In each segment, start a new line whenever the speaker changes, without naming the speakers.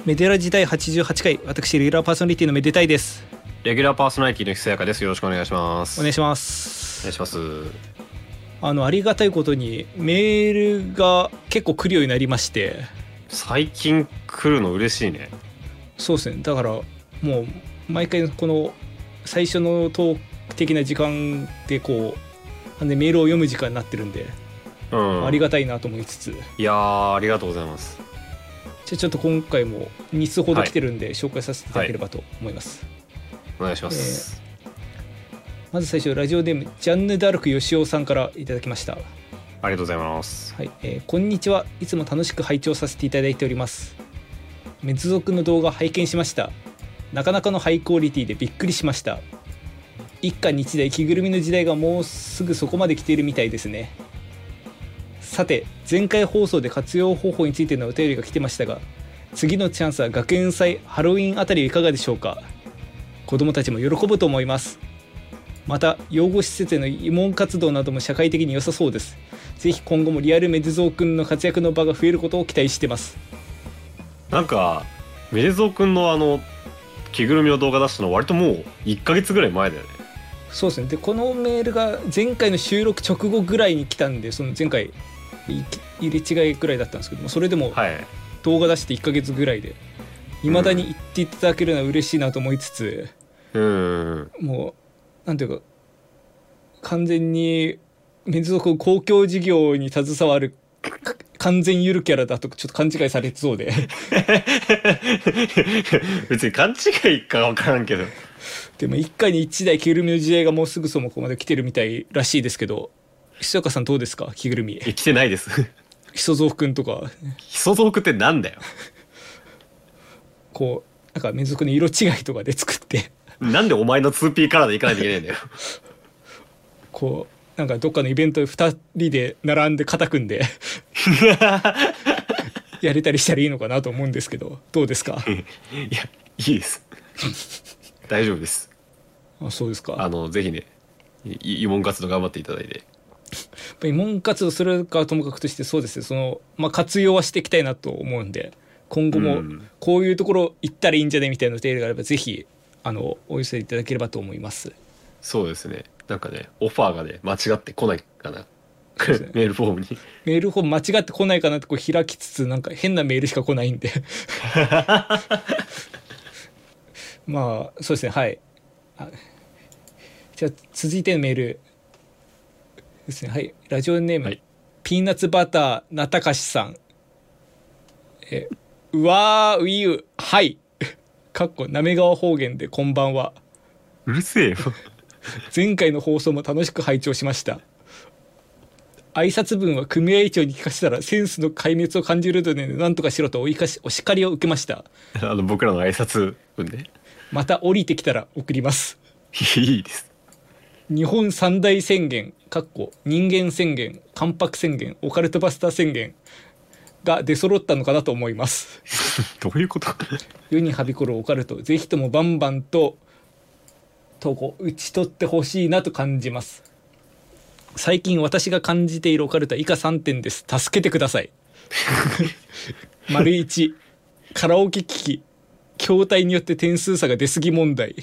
メデラ時代88回、私レギュラーパーソナリティのめでたいです。
レギュラーパーソナリティのひそやかです。よろしくお願いします。
お願いします。
お願いします。
ありがたいことにメールが結構来るようになりまして。
最近来るの嬉しいね。
そうですね。だからもう毎回この最初のトーク的な時間でこうメールを読む時間になってるんで、ありがたいなと思いつつ。
いやー、ありがとうございます。
じゃあちょっと今回も2通ほど来てるんで、紹介させていただければと思います。
お願いします。
まず最初、ラジオネームジャンヌ・ダルク吉尾さんからいただきました。
ありがとうございます。
はい、こんにちは。いつも楽しく拝聴させていただいております。メズ族の動画拝見しました。なかなかのハイクオリティでびっくりしました。一家に一台着ぐるみの時代がもうすぐそこまで来ているみたいですね。さて、前回放送で活用方法についてのお便りが来てましたが、次のチャンスは学園祭、ハロウィンあたりはいかがでしょうか。子どもたちも喜ぶと思います。また養護施設への慰問活動なども社会的に良さそうです。ぜひ今後もリアルメデゾーくんの活躍の場が増えることを期待してます。
なんかメデゾーくんの着ぐるみの動画出したの割ともう1ヶ月ぐらい前だよね。
そうですね。でこのメールが前回の収録直後ぐらいに来たんで、その前回入れ違いぐらいだったんですけども、それでも動画出して1ヶ月ぐらいで未だに言っていただけるのは嬉しいなと思いつつ、もうなんていうか完全にメズ族公共事業に携わる完全ゆるキャラだとちょっと勘違いされてそうで
別に勘違いか分からんけど、
でも一家に一台着ぐるみの時代がもうすぐそこまで来てるみたいらしいですけど、ひそやかさんどうですか？着ぐるみ。
来てないです
ひそぞうくんとか。
ひそぞうくんってなんだよ。
こうなんかメズ族の色違いとかで作って
なんでお前の 2P カラーでいかないといけないんだよ
こうなんかどっかのイベントで2人で並んで肩組んでやれたりしたらいいのかなと思うんですけど、どうですか？
いや、いいです大丈夫です。
あ、そうですか。
ぜひね、慰問活動頑張っていただいて。
慰問活動するかともかくとして、そうですね、活用はしていきたいなと思うんで、今後もこういうところ行ったらいいんじゃねみたいな提案があればぜひお寄せいただければと思います。
そうですね。なんかね、オファーがね間違ってこないかな、ね、メールフォームに
メールフォーム間違ってこないかなってこう開きつつ、なんか変なメールしか来ないんでまあそうですね。はい。じゃあ続いてのメールですね。はい、ラジオネーム、はい、ピーナッツバターなたかしさん。うわーういうはいかっこなめがわ方言でこんばんは。
うるせえよ
前回の放送も楽しく拝聴しました。挨拶文は組合長に聞かせたらセンスの壊滅を感じるので何とかしろとお叱りを受けました。
僕らの挨拶文ね。
また降りてきたら送ります。
いいです。
日本三大宣言かっこ人間宣言、関白宣言、オカルトバスター宣言が出揃ったのかなと思います
どういうこと？
世にはびこるオカルト、ぜひともバンバンと打ち取ってほしいなと感じます。最近私が感じているオカルトは以下3点です。助けてください丸1、カラオケ機器筐体によって点数差が出過ぎ問題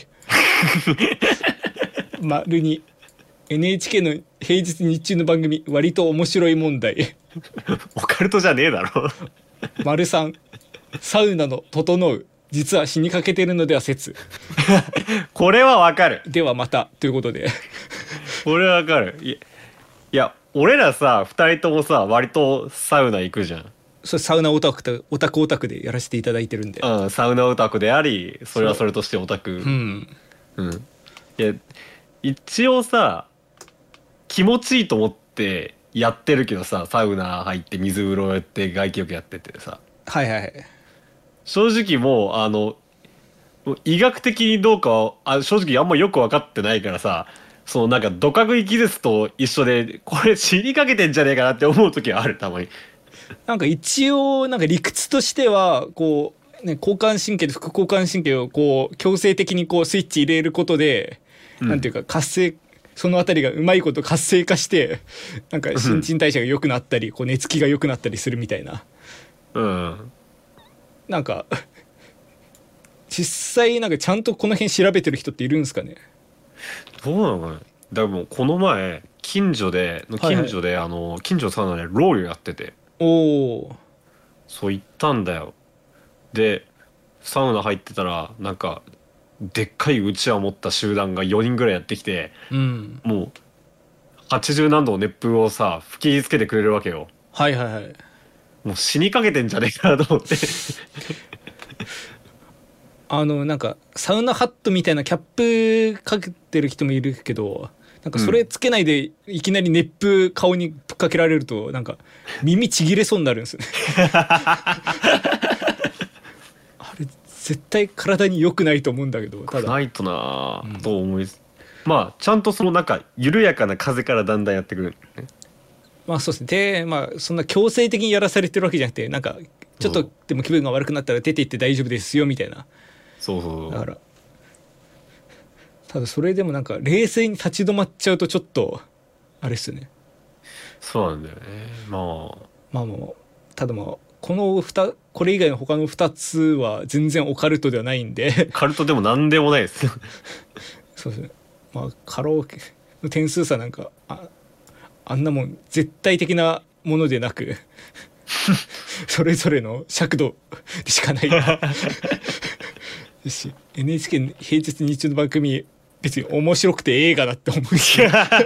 丸2、NHK の平日日中の番組割と面白い問題
オカルトじゃねえだろ
丸3、サウナの整う実は死にかけてるのでは説
これはわかる。
ではまたということで
これはわかる。いや俺らさ2人ともさ割とサウナ行くじゃん。
それサウナオタクでやらせていただいてるんで、
サウナオタクであり、それはそれとしてオタク。いや一応さ気持ちいいと思ってやってるけどさ、サウナ入って水風呂やって外気浴やっててさ、正直もう医学的にどうかは正直あんまよく分かってないからさ、そのなんかドカ食い気絶と一緒でこれ死にかけてんじゃねえかなって思う時はある、たまに。
なんか一応なんか理屈としてはこう、ね、交感神経と副交感神経をこう強制的にこうスイッチ入れることで、なんていうか活性、そのあたりがうまいこと活性化してなんか新陳代謝が良くなったりこう寝つきが良くなったりするみたいな、なんか実際なんかちゃんとこの辺調べてる人っているんですかね。
どうなのかね。だからもうこの前近所で近所で、近所のサウナでロウリュやってて、
おお。
そう行ったんだよ。でサウナ入ってたらなんかでっかいうちわ持った集団が4人ぐらいやってきて、
うん。
もう80何度の熱風をさ吹きつけてくれるわけよ。
はいはいはい。
もう死にかけてんじゃねえかなと思って
なんかサウナハットみたいなキャップかけてる人もいるけど、なんかそれつけないでいきなり熱風顔にぶっかけられるとなんか耳ちぎれそうになるんですよねあれ絶対体に良くないと思うんだけど、ただ
ないとなぁと思い、まあちゃんとそのなんか緩やかな風からだんだんやってくる、ね、
まあそうですね。でまあそんな強制的にやらされてるわけじゃなくて、なんかちょっとでも気分が悪くなったら出て行って大丈夫ですよみたいな。
そうそう
だからただそれでもなんか冷静に立ち止まっちゃうとちょっとあれっすよね。
そうなんだよね。
まあもうただまあこれ以外の他の2つは全然オカルトではないんで
カルトでも何でもないです
そうですね。まあカラオケの点数差なんかあんなもん絶対的なものでなくそれぞれの尺度でしかないし NHK 平日日中の番組別に面白くて映画だって思うし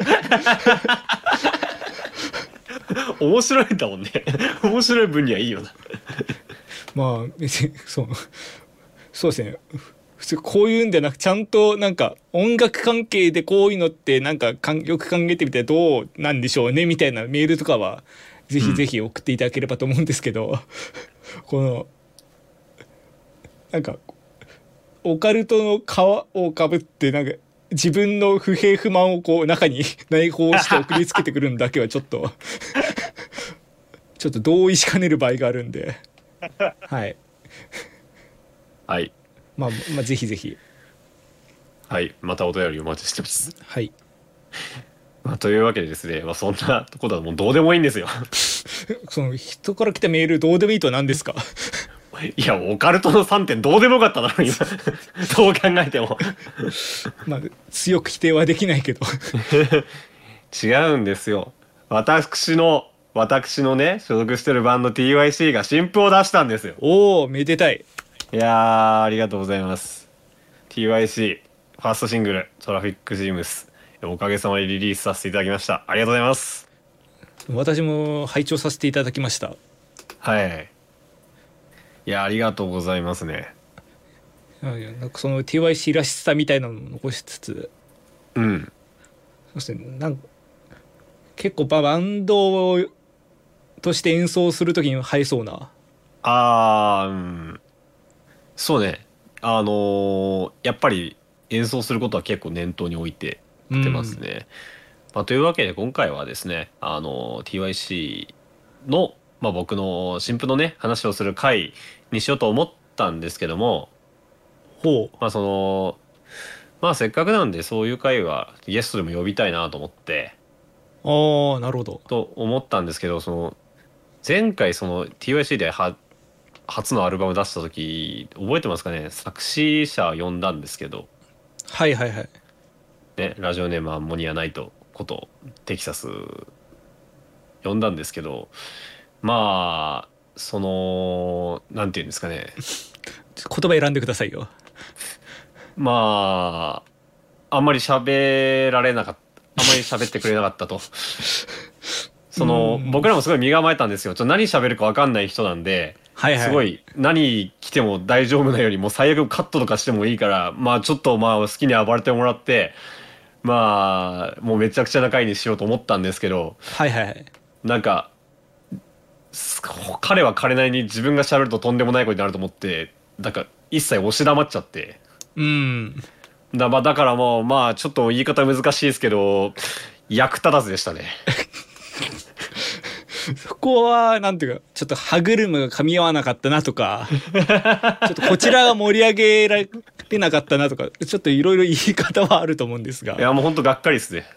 面白いんだもんね面白い分にはいいよな
まあ別にそうですね。普通こういうんでなくちゃんとなんか音楽関係でこういうのってなんかよく考えてみてどうなんでしょうねみたいなメールとかはぜひぜひ送っていただければと思うんですけど、このなんかオカルトの皮をかぶってなんか自分の不平不満をこう中に内包して送りつけてくるのだけはちょっとちょっと同意しかねる場合があるんではい
はい
まあぜひぜひ
はいまたお便りお待ちしてます
はい。
というわけでですね、そんなことはもうどうでもいいんですよ
その人から来たメールどうでもいいとは何ですか
いやオカルトの3点どうでもよかっただろ今どう考えても
まあ強く否定はできないけど
違うんですよ。私のね所属してるバンド TYC が新譜を出したんですよ。
おおめでたい。
いやーありがとうございます。 TYC ファーストシングルトラフィックジームスおかげさまでリリースさせていただきました。ありがとうございます。
私も拝聴させていただきました。
はい、いやありがとうございますね。
なんかその TYC らしさみたいなのを残しつつ、そしてなんか結構バンドとして演奏するときに映えそうな。
そうね。やっぱり演奏することは結構念頭に置いてってますね。というわけで今回はですね、TYC の、僕の新譜のね話をする回にしようと思ったんですけども、せっかくなんでそういう回はゲストでも呼びたいなと思って。
なるほど。
と思ったんですけど、前回TYC で初のアルバム出した時覚えてますかね。作詞者呼んだんですけど、
はいはいはい
ね、ラジオネームアンモニアナイトことテキサス呼んだんですけど、なんていうんですかね
言葉選んでくださいよ。
あんまり喋ってくれなかったと僕らもすごい身構えたんですよ。何喋るか分かんない人なんで、すごい何来ても大丈夫なようにもう最悪カットとかしてもいいからちょっと好きに暴れてもらってもうめちゃくちゃな回にしようと思ったんですけど、なんか彼は彼なりに自分が喋るととんでもないことになると思ってなんか一切押し黙っちゃって、だからもうちょっと言い方難しいですけど役立たずでしたね
そこはなんていうかちょっと歯車が噛み合わなかったなとかちょっとこちらが盛り上げられなかったなとかちょっといろいろ言い方はあると思うんですが、
いやもうほんとがっかりですね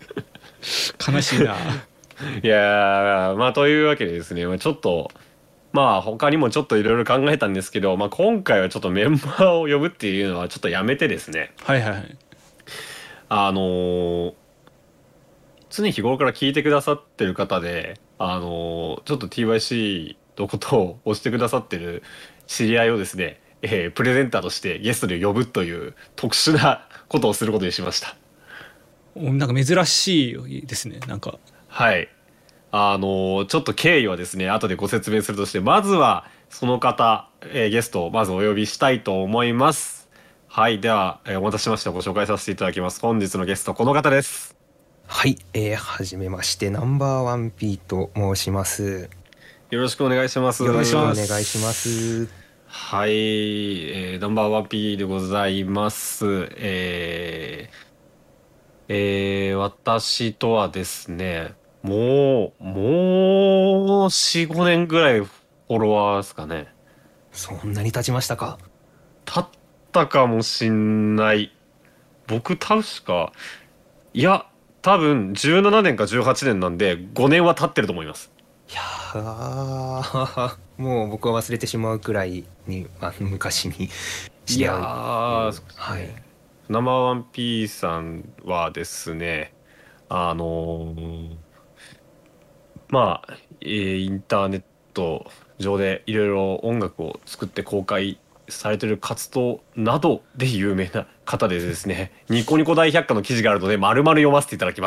悲しいな。
いやというわけでですねちょっとまあ他にもちょっといろいろ考えたんですけど、まあ、今回はちょっとメンバーを呼ぶっていうのはちょっとやめてですね、
はいはいはい。
あのー常日頃から聞いてくださってる方で、ちょっと TYC のことを推してくださってる知り合いをですね、プレゼンターとしてゲストで呼ぶという特殊なことをすることにしました。
なんか珍しいですね、なんか。
はい。ちょっと経緯はですね、後でご説明するとして、まずはその方、ゲストをまずお呼びしたいと思います。はい。では、お待たせしました。ご紹介させていただきます。本日のゲスト、この方です。
はい、はじめましてナンバーワン P と申します。
よろしくお願いします。
よろしくお願いします。
はい、ナンバーワン P でございます。私とはですね、もう4、5年ぐらいフォロワーですかね。
そんなに経ちましたか。
経ったかもしんない。僕確か、いや、多分17年か18年なんで5年は経ってると思います。
いやーもう僕は忘れてしまうくらいに、昔に知り合う。
そうですね。
はい。
ナンバーワン P さんはですね、あのーまあ、インターネット上でいろいろ音楽を作って公開されてる活動などで有名な方でですね、ニコニコ大百科の記事があるので丸々読ませていただきます。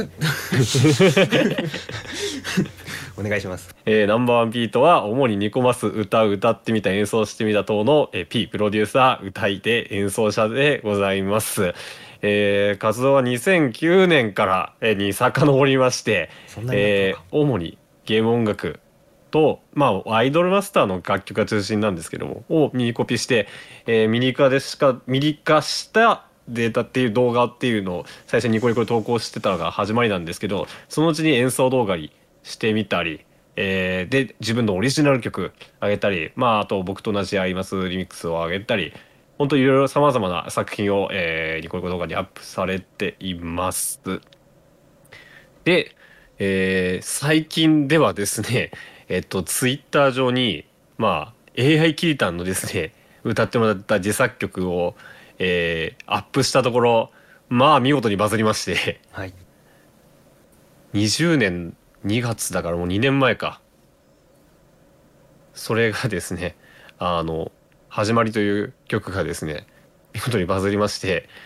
お願いします。
ナンバーワン P とは主にニコマス歌う歌ってみた演奏してみた等の、P プロデューサー歌い手演奏者でございます。活動は2009年から、に遡りまして、
そんなになったのか。
主にゲーム音楽と、まあ、アイドルマスターの楽曲が中心なんですけどもをミニコピして、ミニ化したデータっていう動画っていうのを最初にニコニコで投稿してたのが始まりなんですけど、そのうちに演奏動画にしてみたり、で自分のオリジナル曲上げたり、まあ、あと僕と同じアイマスリミックスを上げたり、本当いろいろさまざまな作品を、ニコニコ動画にアップされています。で、最近ではですね、ツイッター上に、まあ、AI キリタンのですね、歌ってもらった自作曲を、アップしたところ、まあ見事にバズりまして、
はい。
20年2月だからもう2年前か。それがですね、始まりという曲がですね、見事にバズりまして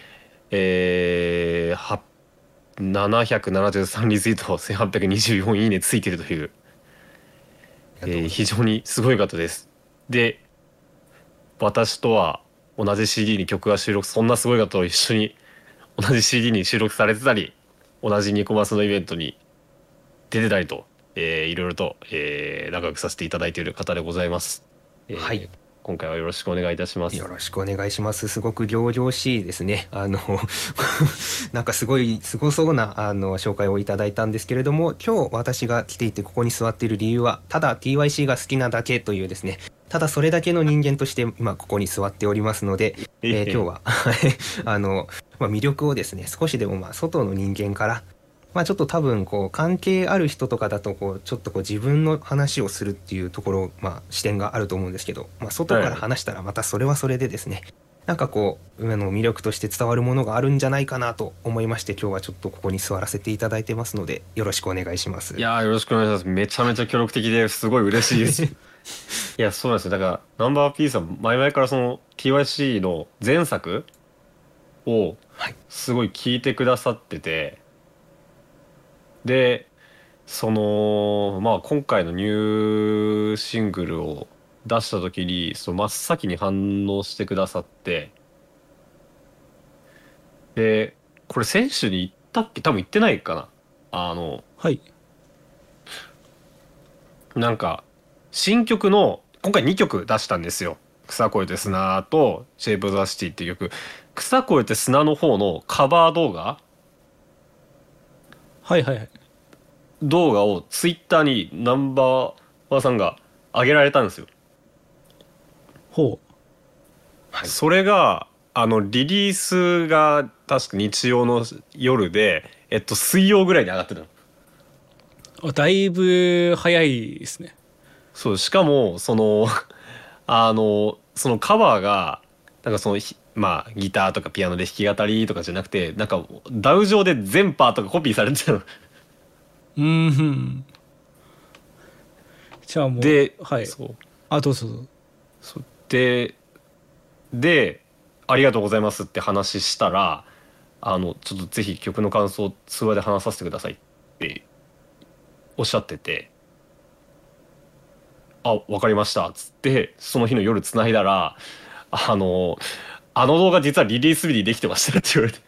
、773リツイート、1824いいねついてるという、非常にすごい方です。で、私とは同じ CD に曲が収録、そんなすごい方と一緒に同じ CD に収録されてたり、同じニコマスのイベントに出てたりと、いろいろと、仲良くさせていただいている方でございます。
はい。
今回はよろしくお願いいたします。
よろしくお願いします。すごく仰々しいですね。なんかすごそうな紹介をいただいたんですけれども、今日私が来ていてここに座っている理由は、ただ TYC が好きなだけというですね、ただそれだけの人間として今ここに座っておりますので、今日は魅力をですね、少しでも外の人間からちょっと多分こう関係ある人とかだとちょっと自分の話をするっていうところ、視点があると思うんですけど、外から話したらまたそれはそれでですね、なんか魅力として伝わるものがあるんじゃないかなと思いまして、今日はちょっとここに座らせていただいてますので、よろしくお願いします。
いやー、よろしくお願いします。めちゃめちゃ協力的ですごい嬉しいです。いや、そうなんですよ。だからナンバー P さん前々からその TYC の前作をすごい聞いてくださってて、でまあ今回のニューシングルを出した時に真っ先に反応してくださって、でこれ選手に言ったっけ、多分言ってないかな。
はい。
なんか新曲の今回2曲出したんですよ。草越えて砂とシェイプ・オブ・ザ・シティっていう曲。草越えて砂の方のカバー
はいはいはい。
動画をツイッターにナンバーワンさんが上げられたんですよ。
ほう。
はい。
それがリリースが確か日曜の夜で、水曜ぐらいに上がってたの。
だいぶ早いですね。
そうしかもそのそのカバーがなんかそのまあギターとかピアノで弾き語りとかじゃなくてなんかダウ上で全パートがコピーされてたの。
じゃあもう
で、
はい、
そう
あどうぞどうぞ。
そうでありがとうございますって話したらちょっとぜひ曲の感想を通話で話させてくださいっておっしゃってて、あ、わかりましたっつってその日の夜つないだらあの動画実はリリース日にできてましたって言われて。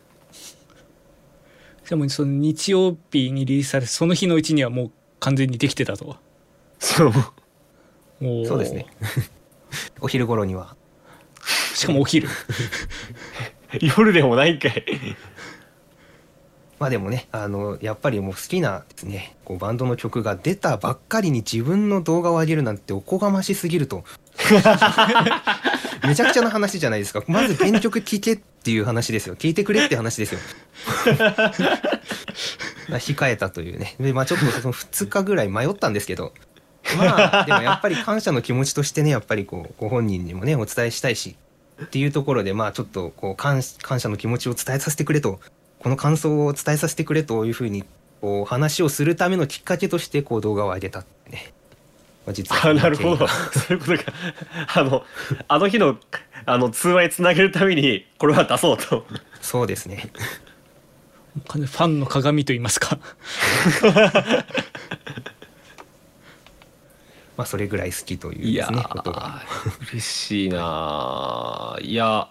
じゃあもうその日曜日にリリースされその日のうちにはもう完全にできてたと。
そう
そうですねお昼頃には。
しかもお昼
夜でもないんかい。
まあでもねやっぱりもう好きなですねこうバンドの曲が出たばっかりに自分の動画を上げるなんておこがましすぎるとめちゃくちゃな話じゃないですか。まず原曲聴けっていう話ですよ。聴いてくれって話ですよ控えたというね。でまあちょっとその2日ぐらい迷ったんですけどまあでもやっぱり感謝の気持ちとしてねやっぱりこうご本人にもねお伝えしたいしっていうところでまあちょっとこう感謝の気持ちを伝えさせてくれとこの感想を伝えさせてくれというふうにこう話をするためのきっかけとしてこう動画を上げたってね。まあ、実は
なるほどそういうことか。あの日の通話につなげるためにこれは出そうと。
そうですね。
ファンの鏡と言いますか
まあそれぐらい好きというですねことが
嬉しいな。いや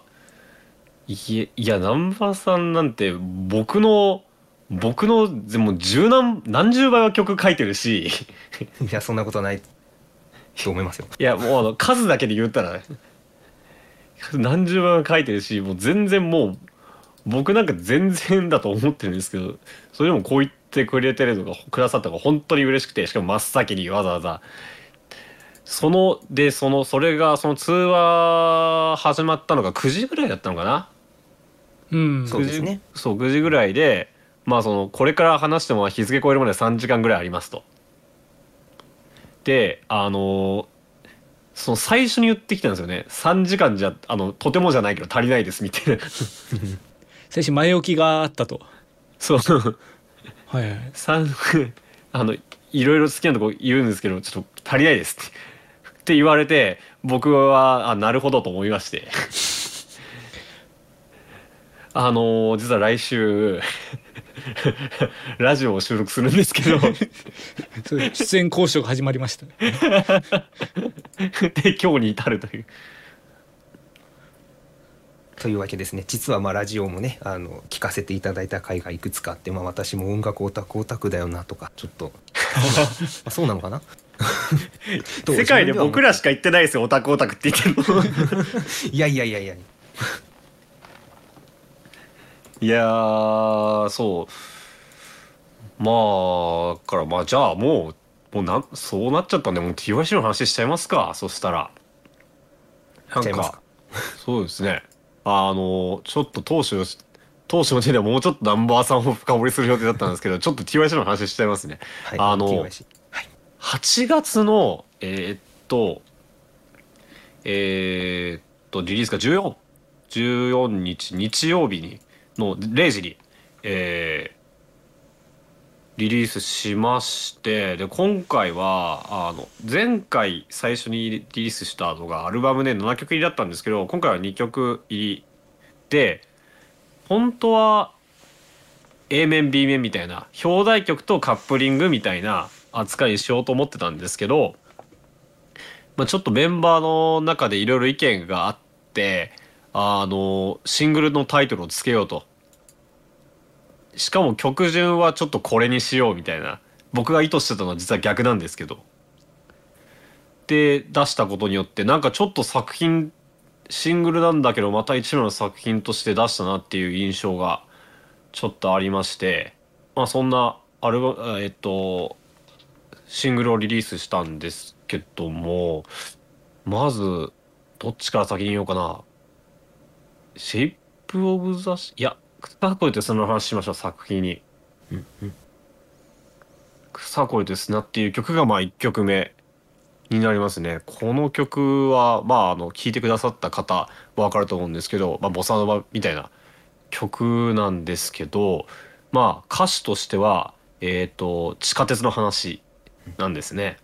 南波さんなんて僕のでも何十倍は曲書いてるし
いやそんなことないと思いますよ。
いやもう数だけで言ったら何十倍は書いてるしもう全然もう僕なんか全然だと思ってるんですけどそれでもこう言ってくれてるのがくださったのが本当に嬉しくてしかも真っ先にわざわざそれがその通話始まったのが9時ぐらいだったのかな。
そうですね。
そう9時ぐらいでまあこれから話しても日付超えるまで3時間ぐらいありますと。でその最初に言ってきたんですよね。3時間じゃとてもじゃないけど足りないですみたいな
最初前置きがあったと。
そう
はいはい。
いろいろ好きなとこ言うんですけどちょっと足りないですって言われて僕はなるほどと思いまして実は来週ラジオを収録するんですけど
出演交渉が始まりました
で今日に至るという。
というわけですね。実はまあラジオもね聞かせていただいた回がいくつかあって、まあ、私も音楽オタクだよなとかちょっとそうなのかな
世界で僕らしか言ってないですよオタクって言ってるの
いやいやいやいや
いやそうまあからまあじゃあもうそうなっちゃったんでもう TYC の話しちゃいますか。そしたらなんかそうですねちょっと当初の手ではもうちょっとナンバーさんを深掘りする予定だったんですけどちょっと TYC の話しちゃいますね。
はい、TYC、はい、
8月のリリースが14日日曜日にの0時に、リリースしましてで今回は前回最初にリリースしたのがアルバムで7曲入りだったんですけど今回は2曲入りで本当は A 面 B 面みたいな表題曲とカップリングみたいな扱いにしようと思ってたんですけど、まあ、ちょっとメンバーの中でいろいろ意見があってシングルのタイトルをつけようと。しかも曲順はちょっとこれにしようみたいな僕が意図してたのは実は逆なんですけどで出したことによってなんかちょっと作品シングルなんだけどまた一枚の作品として出したなっていう印象がちょっとありましてまあそんなシングルをリリースしたんですけどもまずどっちから先に言おうかな。シェイプオブザいや草越えて砂の話しましょう作品に。草越えて砂っていう曲がまあ1曲目になりますね。この曲はまあ聴いてくださった方は分かると思うんですけど、まあ、ボサノバみたいな曲なんですけど、まあ歌詞としては地下鉄の話なんですね。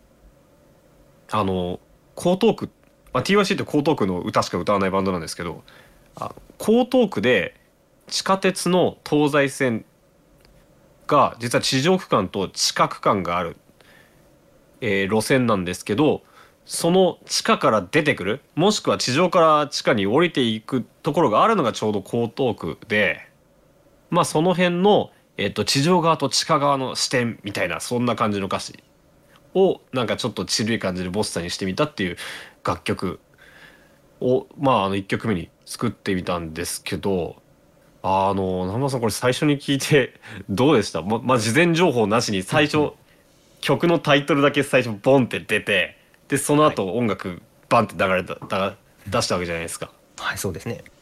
江東区、まあ、TYC って江東区の歌しか歌わないバンドなんですけど、江東区で地下鉄の東西線が実は地上区間と地下区間がある、路線なんですけど、その地下から出てくるもしくは地上から地下に降りていくところがあるのがちょうど江東区で、まあその辺の、地上側と地下側の視点みたいな、そんな感じの歌詞をなんかちょっとチルい感じでボッサにしてみたっていう楽曲を、まあ1曲目に作ってみたんですけど、南波さんこれ最初に聞いてどうでした？まあ事前情報なしに最初曲のタイトルだけ最初ボンって出て、でその後音楽バンって出したわけじゃないですか。
はい、そうですね。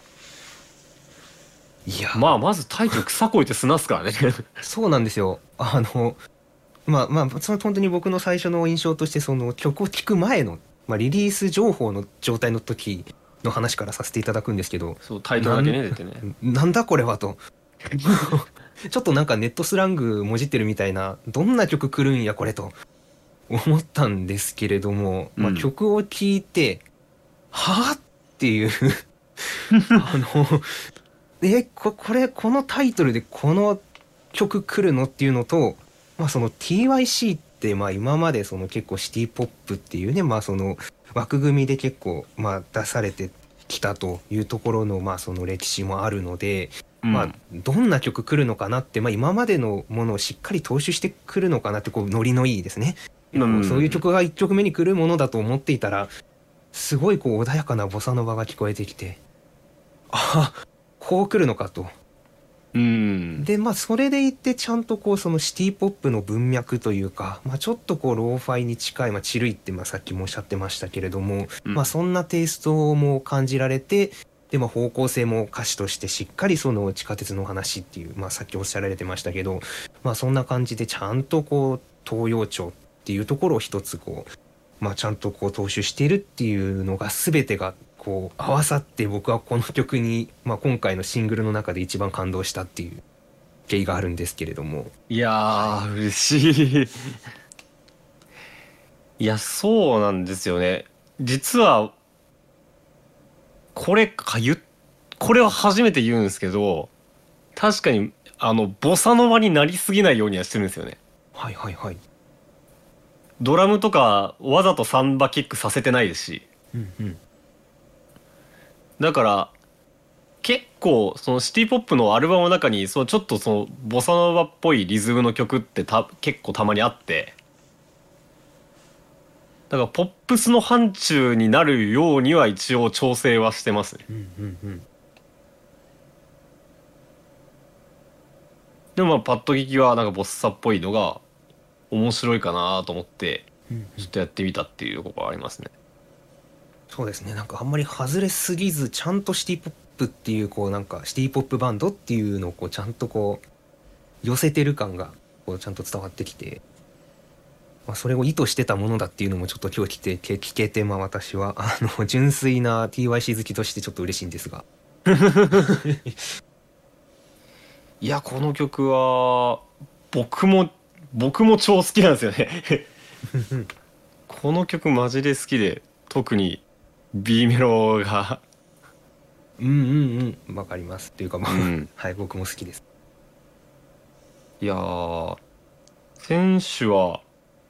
いや、
まあまずタイトル草こいて砂っすからね
そうなんですよ。その本当に僕の最初の印象として、その曲を聴く前の、リリース情報の状態の時の話からさせていただくんですけど、
そうタイトルだけね出てね、
なんだこれはとちょっとなんかネットスラングもじってるみたいな、どんな曲来るんやこれと思ったんですけれども、曲を聴いてはぁっていうこのタイトルでこの曲来るのっていうのと、その TYC って今までその結構シティポップっていうね、その枠組みで結構出されてきたというところのその歴史もあるので、どんな曲来るのかなって、今までのものをしっかり踏襲してくるのかなって、ノリのいいですね、そういう曲が1曲目に来るものだと思っていたら、すごい穏やかなボサノバが聞こえてきて、こう来るのかと。でそれでいってちゃんとそのシティポップの文脈というか、ちょっとローファイに近い、チルいってさっきもおっしゃってましたけれども、そんなテイストも感じられて、で方向性も歌詞としてしっかりその地下鉄の話っていう、さっきおっしゃられてましたけど、そんな感じでちゃんと東洋町っていうところを一つちゃんと踏襲しているっていうのが全てが合わさって、僕はこの曲に、今回のシングルの中で一番感動したっていう経緯があるんですけれども。
いやー、嬉しいいやそうなんですよね。実はこれは初めて言うんですけど、確かにボサノバになりすぎないようにはしてるんですよね。
はいはいはい。
ドラムとかわざとサンバキックさせてないですし、だから結構そのシティポップのアルバムの中にちょっとそのボサノバっぽいリズムの曲って結構たまにあって、だからポップスの範疇になるようには一応調整はしてますね。でもパッと聞きはなんかボッサっぽいのが面白いかなと思ってちょっとやってみたっていうところがありますね。
そうですね、なんかあんまり外れすぎず、ちゃんとシティポップっていうなんかシティポップバンドっていうのをちゃんと寄せてる感がちゃんと伝わってきて、それを意図してたものだっていうのもちょっと今日聞けて、私は純粋な TYC 好きとしてちょっと嬉しいんですが
いやこの曲は僕も超好きなんですよねこの曲マジで好きで、特に B メロが
わかりますっていうかはい、僕も好きです。
いやー、選手は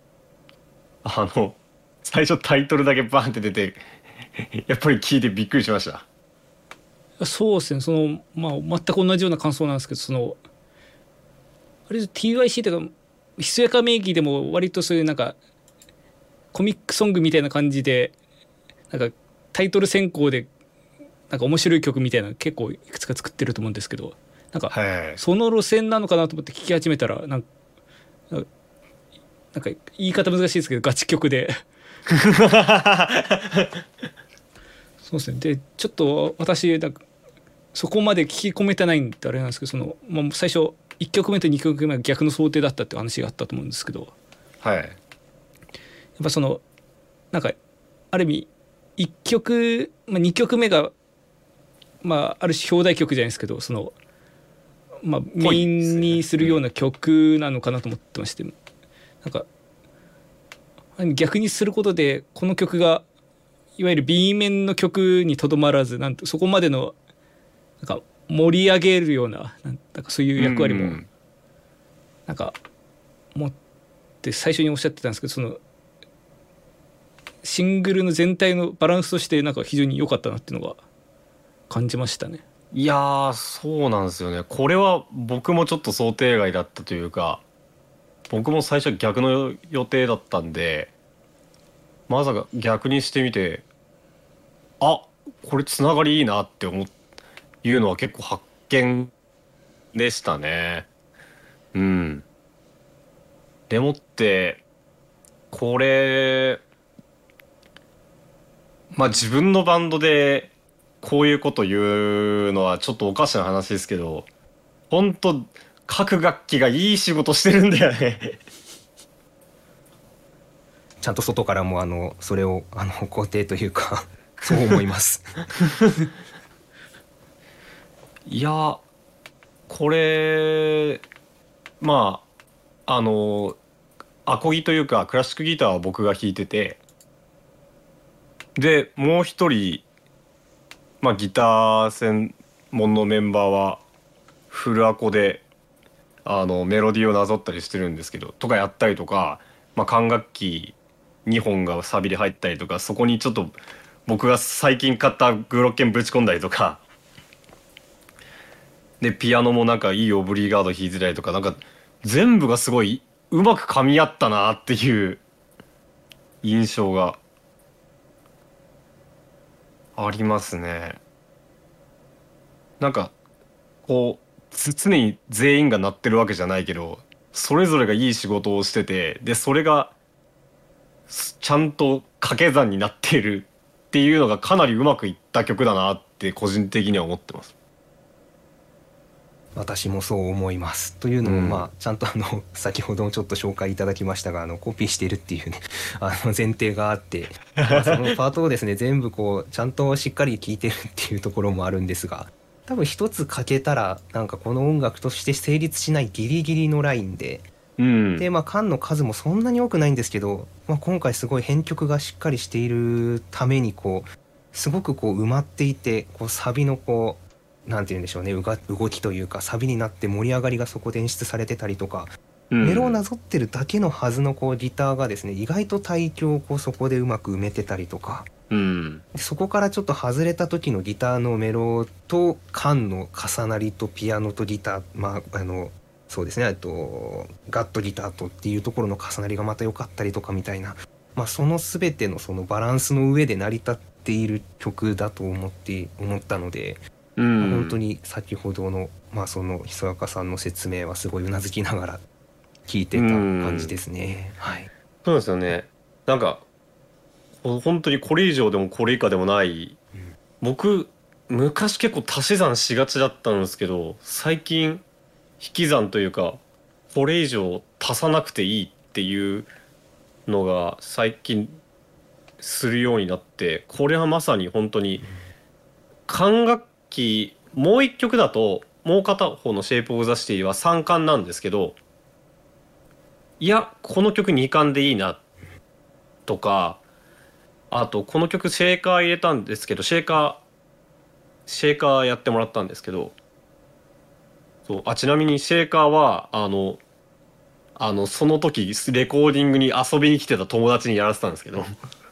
最初タイトルだけバンって出てやっぱり聞いてびっくりしました。
そうですね、全く同じような感想なんですけど、あれ TYC というかひそやか名義でも割とそういうなんかコミックソングみたいな感じで、なんかタイトル選考でなんか面白い曲みたいな結構いくつか作ってると思うんですけど、なんかその路線なのかなと思って聞き始めたら、なんか言い方難しいですけどガチ曲でそうですね。でちょっと私なんかそこまで聞き込めてないんであれなんですけど、最初1曲目と2曲目は逆の想定だったって話があったと思うんですけど、
やっ
ぱなんかある意味1曲、2曲目がある種表題曲じゃないですけど、そのメインにするような曲なのかなと思ってまして、なんか逆にすることでこの曲がいわゆる B 面の曲にとどまらず、なんとそこまでのなんか盛り上げるような、なんかそういう役割もなんか持って最初におっしゃってたんですけど、そのシングルの全体のバランスとしてなんか非常に良かったなっていうのが感じましたね。
いやーそうなんですよね。これは僕もちょっと想定外だったというか、僕も最初逆の予定だったんで、まさか逆にしてみて、あ、これつながりいいなっていうのは結構発見でしたね。うん。でもってこれ自分のバンドでこういうこと言うのはちょっとおかしな話ですけど、本当各楽器がいい仕事してるんだよね。
ちゃんと外からもそれを肯定というかそう思います。
いやこれアコギというかクラシックギターは僕が弾いてて、でもう一人ギター専門のメンバーはフルアコでメロディーをなぞったりしてるんですけどとかやったりとか、管楽器2本がサビで入ったりとか、そこにちょっと僕が最近買ったグロッケンぶち込んだりとかで、ピアノもなんかいいオブリガード弾いてたりとか、なんか全部がすごいうまく噛み合ったなっていう印象がありますね。なんかこう常に全員が鳴ってるわけじゃないけど、それぞれがいい仕事をしてて、でそれがちゃんと掛け算になっているっていうのがかなりうまくいった曲だなって個人的には思ってます。
私もそう思います。というのも、ちゃんと先ほどもちょっと紹介いただきましたがコピーしてるっていうね前提があって、そのパートをですね全部こうちゃんとしっかり聴いてるっていうところもあるんですが、多分一つ欠けたらなんかこの音楽として成立しないギリギリのラインで、で缶の数もそんなに多くないんですけど、今回すごい編曲がしっかりしているためにすごく埋まっていて、サビのなんて言うんでしょうね、動きというかサビになって盛り上がりがそこで演出されてたりとか、メロをなぞってるだけのはずのギターがですね意外と帯域をそこでうまく埋めてたりとか、そこからちょっと外れた時のギターのメロと缶の重なりとピアノとギター、そうですね、あとガットギターとっていうところの重なりがまた良かったりとかみたいな、その全てのそのバランスの上で成り立っている曲だと思ったので、本当に先ほどのそのひそやかさんの説明はすごいうなずきながら聞いてた感じですね。はい。
そうですよね。なんか本当にこれ以上でもこれ以下でもない、僕昔結構足し算しがちだったんですけど、最近引き算というかこれ以上足さなくていいっていうのが最近するようになって、これはまさに本当に管楽器、もう一曲だともう片方の「シェイプ・オブ・ザ・シティ」は3管なんですけど、いやこの曲2管でいいなとか、あとこの曲シェーカー入れたんですけど、シェーカーやってもらったんですけど、ちなみにシェーカーはその時レコーディングに遊びに来てた友達にやらせたんですけど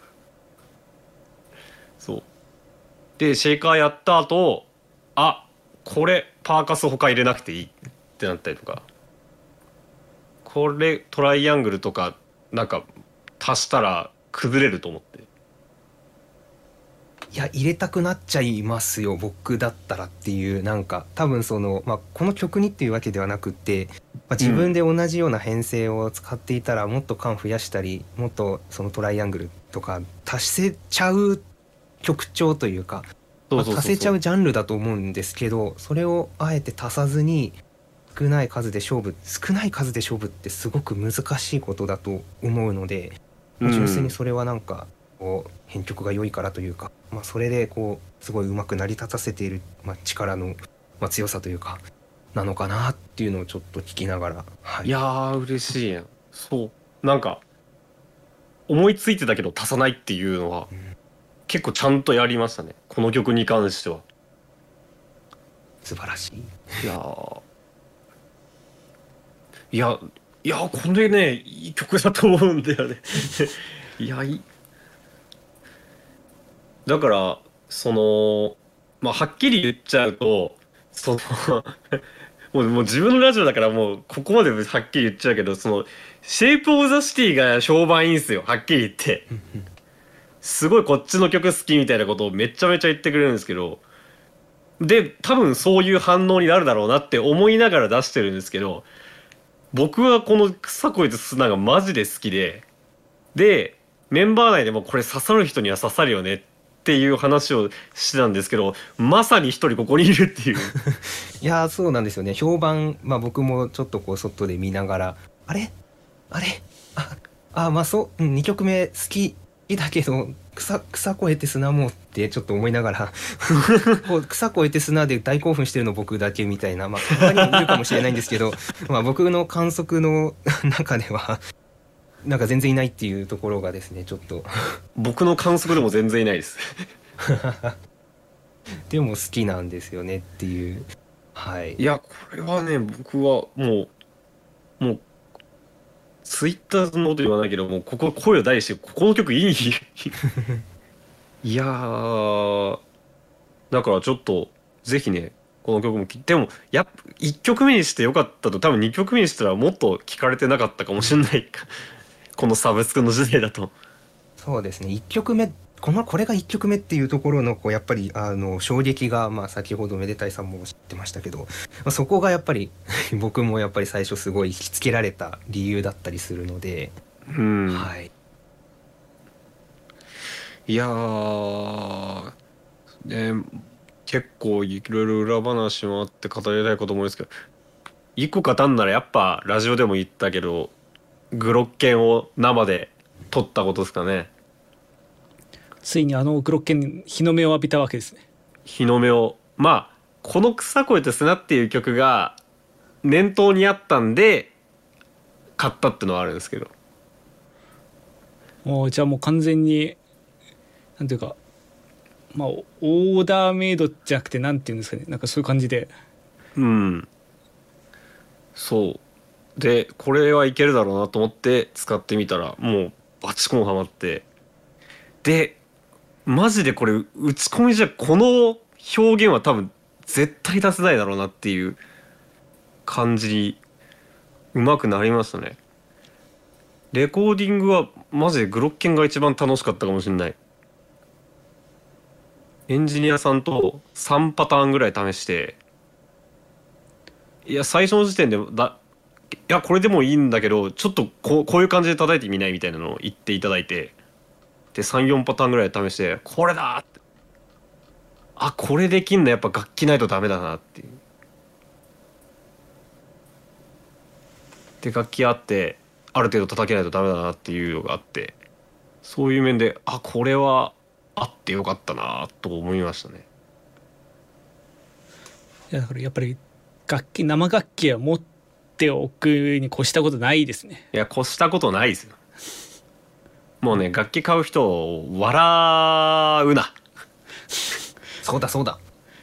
そうでシェーカーやった後、これパーカス他入れなくていいってなったりとか、これトライアングルとかなんか足したら崩れると思って、
いや入れたくなっちゃいますよ僕だったらっていう、なんか多分この曲にっていうわけではなくって、自分で同じような編成を使っていたらもっと感増やしたり、もっとそのトライアングルとか足せちゃう曲調というか、足せちゃうジャンルだと思うんですけど、それをあえて足さずに少ない数で勝負ってすごく難しいことだと思うので、純粋にそれはなんかこう編曲が良いからというか、それでこうすごいうまく成り立たせている、力の、強さというかなのかなっていうのをちょっと聞きながら、
いやー嬉しいやん。そうなんか思いついてたけど足さないっていうのは、結構ちゃんとやりましたね、この曲に関しては。
素晴らしい。
いやこれねいい曲だと思うんだよねだからはっきり言っちゃうともう自分のラジオだからもうここまではっきり言っちゃうけど、シェイプオブザシティが評判いいんすよ、はっきり言って。すごいこっちの曲好きみたいなことをめちゃめちゃ言ってくれるんですけど、で多分そういう反応になるだろうなって思いながら出してるんですけど、僕はこの草越えて砂がマジで好きで、メンバー内でもこれ刺さる人には刺さるよねっていう話をしてたんですけど、まさに一人ここにいるっていう
いやそうなんですよね、評判、僕もちょっとこう外で見ながらあれそう2曲目好きだけど草越えて砂もってちょっと思いながらこう草越えて砂で大興奮してるの僕だけみたいな、他にもいるかもしれないんですけど僕の観測の中ではなんか全然いないっていうところがですね、ちょっと
僕の観測でも全然いないです
でも好きなんですよねっていう。
いやこれはね、僕はもうツイッターのこと言わないけど、もうここ声を大にしてここの曲いいいやーだからちょっとぜひねこの曲もでも1曲目にしてよかったと、多分2曲目にしたらもっと聴かれてなかったかもしれないこのサブスクの時代だと。
そうですね、1曲目これが1曲目っていうところのこうやっぱり衝撃が、先ほどめでたいさんも知ってましたけど、そこがやっぱり僕もやっぱり最初すごい引きつけられた理由だったりするので、
いやーね、結構いろいろ裏話もあって語りたいことも多いですけど、一個語んならやっぱラジオでも言ったけどグロッケンを生で撮ったことですかね。
ついにグロッケンに日の目を浴びたわけですね。
日の目を、この草越えて砂っていう曲が念頭にあったんで買ったってのはあるんですけど、
じゃあもう完全になんていうか、オーダーメイドじゃなくてなんていうんですかね、なんかそういう感じで、
そうでこれはいけるだろうなと思って使ってみたらもうバチコンハマって、でマジでこれ打ち込みじゃこの表現は多分絶対出せないだろうなっていう感じにうまくなりましたね。レコーディングはマジでグロッケンが一番楽しかったかもしれない。エンジニアさんと3パターンぐらい試して、いや最初の時点でいやこれでもいいんだけどちょっとこういう感じで叩いてみないみたいなのを言っていただいて、で 3,4 パターンぐらい試してこれだって、これできんのやっぱ楽器ないとダメだなっていう。で楽器あってある程度叩けないとダメだなっていうのがあって、そういう面でこれはあってよかったなと思いましたね。
いやだからやっぱり生楽器は持っておくに越したことないですね。
いや越したことないですよ。もうね楽器買う人を笑うな
そうだ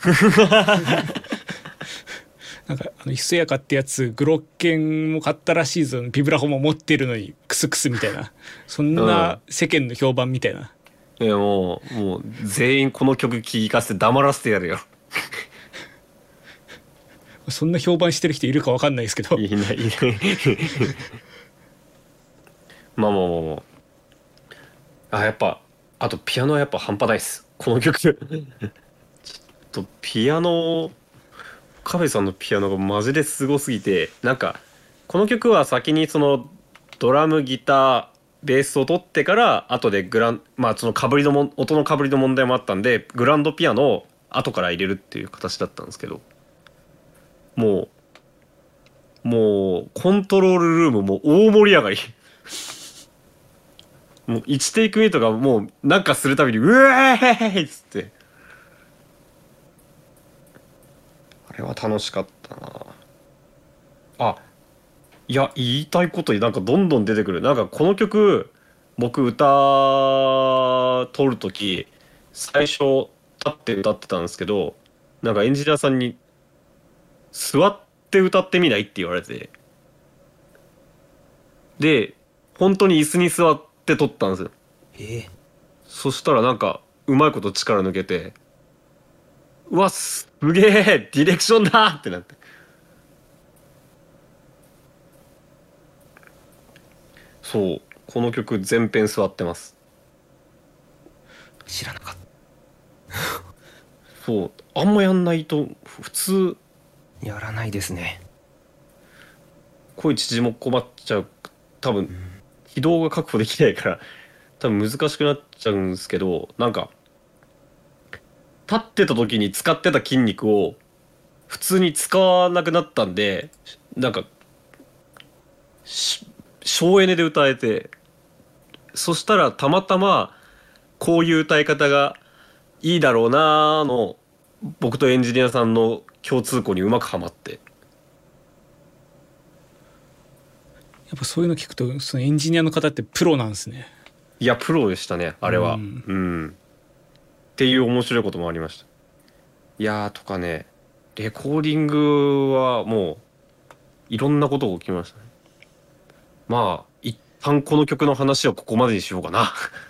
なんかひそやかってやつグロッケンも買ったらしいぞ、ビブラフォも持ってるのにクスクスみたいな、そんな世間の評判みたいな。
いやもう全員この曲聴かせて黙らせてやるよ
そんな評判してる人いるか分かんないですけど、
いないまあやっぱあとピアノはやっぱ半端ないっすこの曲ちょっとピアノカフェさんのピアノがマジですごすぎて、なんかこの曲は先にそのドラムギターベースを取ってから後でその音のかぶりの問題もあったんでグランドピアノを後から入れるっていう形だったんですけど、もうコントロールルームも大盛り上がりもう1テイク目とかもうなんかするたびにうえーいっつって、あれは楽しかったな。あ、いや言いたいことなんかどんどん出てくる。なんかこの曲僕歌撮る時最初立って歌ってたんですけど、なんかエンジニアさんに座って歌ってみないって言われて、で本当に椅子に座って撮ったんですよ。そしたらなんかうまいこと力抜けて、うわすげえディレクションだってなって、そうこの曲全編座ってます。
知らなかった。
そうあんまやんないと普通
やらないですね。
声縮も困っちゃう、多分軌道が確保できないから多分難しくなっちゃうんですけど、なんか立ってた時に使ってた筋肉を普通に使わなくなったんで、なんか省エネで歌えて、そしたらたまたまこういう歌い方がいいだろうなーの僕とエンジニアさんの共通項にうまくはまって、
やっぱそういうの聞くとそのエンジニアの方ってプロなんですね。
いやプロでしたねあれは。っていう面白いこともありました。いやーとかね、レコーディングはもういろんなことが起きましたね。まあ一旦この曲の話はここまでにしようかな。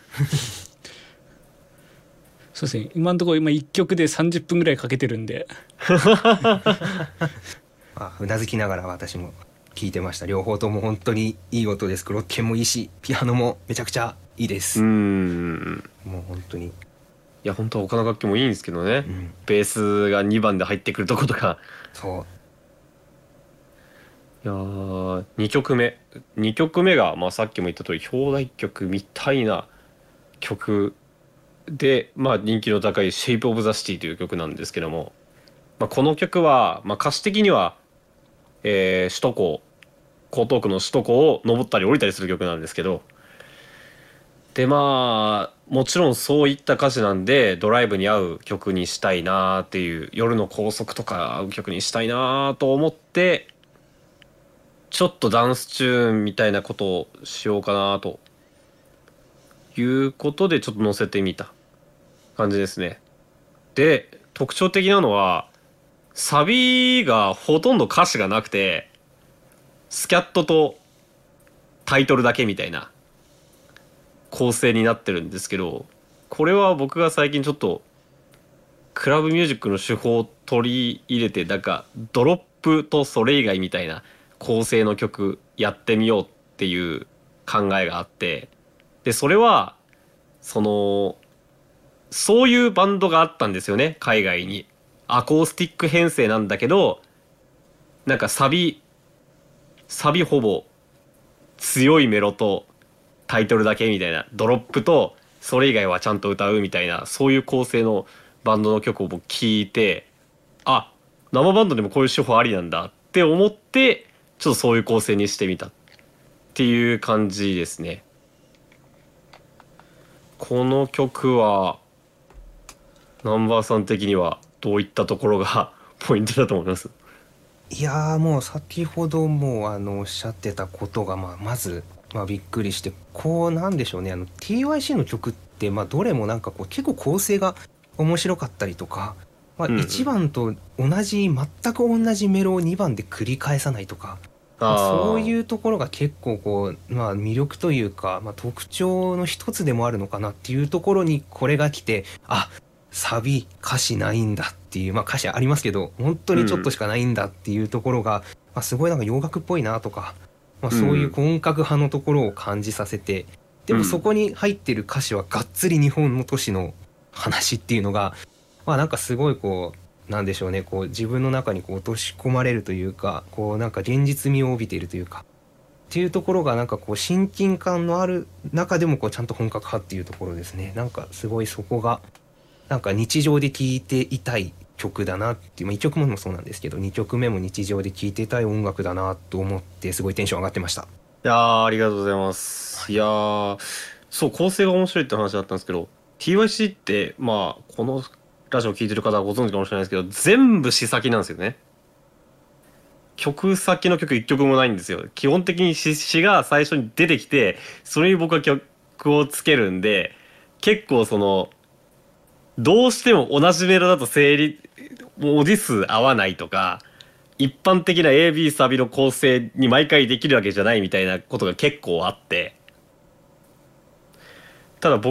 そうですね、今のところ今1曲で30分ぐらいかけてるんで
うなずきながら私も聞いてました。両方とも本当にいい音です。グロッケンもいいしピアノもめちゃくちゃいいです。もう本当に、い
や本当は他の楽器もいいんですけどね、ベースが2番で入ってくるとことか。
そう
いや2曲目が、まあ、さっきも言った通り表題曲みたいな曲で、まあ、人気の高い「Shape of the City」という曲なんですけども、まあ、この曲は、まあ、歌詞的には、首都高江東区の首都高を登ったり降りたりする曲なんですけど、でまあもちろんそういった歌詞なんでドライブに合う曲にしたいなっていう、夜の高速とか合う曲にしたいなと思って、ちょっとダンスチューンみたいなことをしようかなということでちょっと載せてみた感じですね。で特徴的なのはサビがほとんど歌詞がなくて、スキャットとタイトルだけみたいな構成になってるんですけど、これは僕が最近ちょっとクラブミュージックの手法を取り入れて、なんかドロップとそれ以外みたいな構成の曲やってみようっていう考えがあって、でそれはそういうバンドがあったんですよね、海外に。アコースティック編成なんだけど、なんかサビほぼ強いメロとタイトルだけみたいな、ドロップとそれ以外はちゃんと歌うみたいな、そういう構成のバンドの曲を僕聴いて、あ、生バンドでもこういう手法ありなんだって思って、ちょっとそういう構成にしてみたっていう感じですね。この曲は南波さん的にはどういったところがポイントだと思います？
いやもう先ほどもおっしゃってたことが、まず、びっくりして、こうなんでしょうね、TYC の曲って、どれもなんかこう結構構成が面白かったりとか、1番と全く同じメロを2番で繰り返さないとか、そういうところが結構こう、魅力というか、特徴の一つでもあるのかなっていうところにこれが来て、サビ歌詞ないんだっていう、歌詞ありますけど本当にちょっとしかないんだっていうところが、すごいなんか洋楽っぽいなとか、そういう本格派のところを感じさせて、でもそこに入ってる歌詞はがっつり日本の都市の話っていうのが、なんかすごいこうなんでしょうね、こう自分の中にこう落とし込まれるというか、こうなんか現実味を帯びているというかっていうところが、なんかこう親近感のある中でもこうちゃんと本格派っていうところですね。なんかすごいそこがなんか日常で聴いていたい曲だなっていう、1曲目もそうなんですけど2曲目も日常で聴いていたい音楽だなと思って、すごいテンション上がってました。
いやありがとうございます。いやそう構成が面白いって話だったんですけど、 TYC ってまあこのラジオ聞いてる方はご存知かもしれないですけど、全部詞先なんですよね。曲先の曲一曲もないんですよ。基本的に詩が最初に出てきて、それに僕は曲をつけるんで、結構そのどうしても同じメロだと文字数合わないとか、一般的な AB サビの構成に毎回できるわけじゃないみたいなことが結構あって、ただ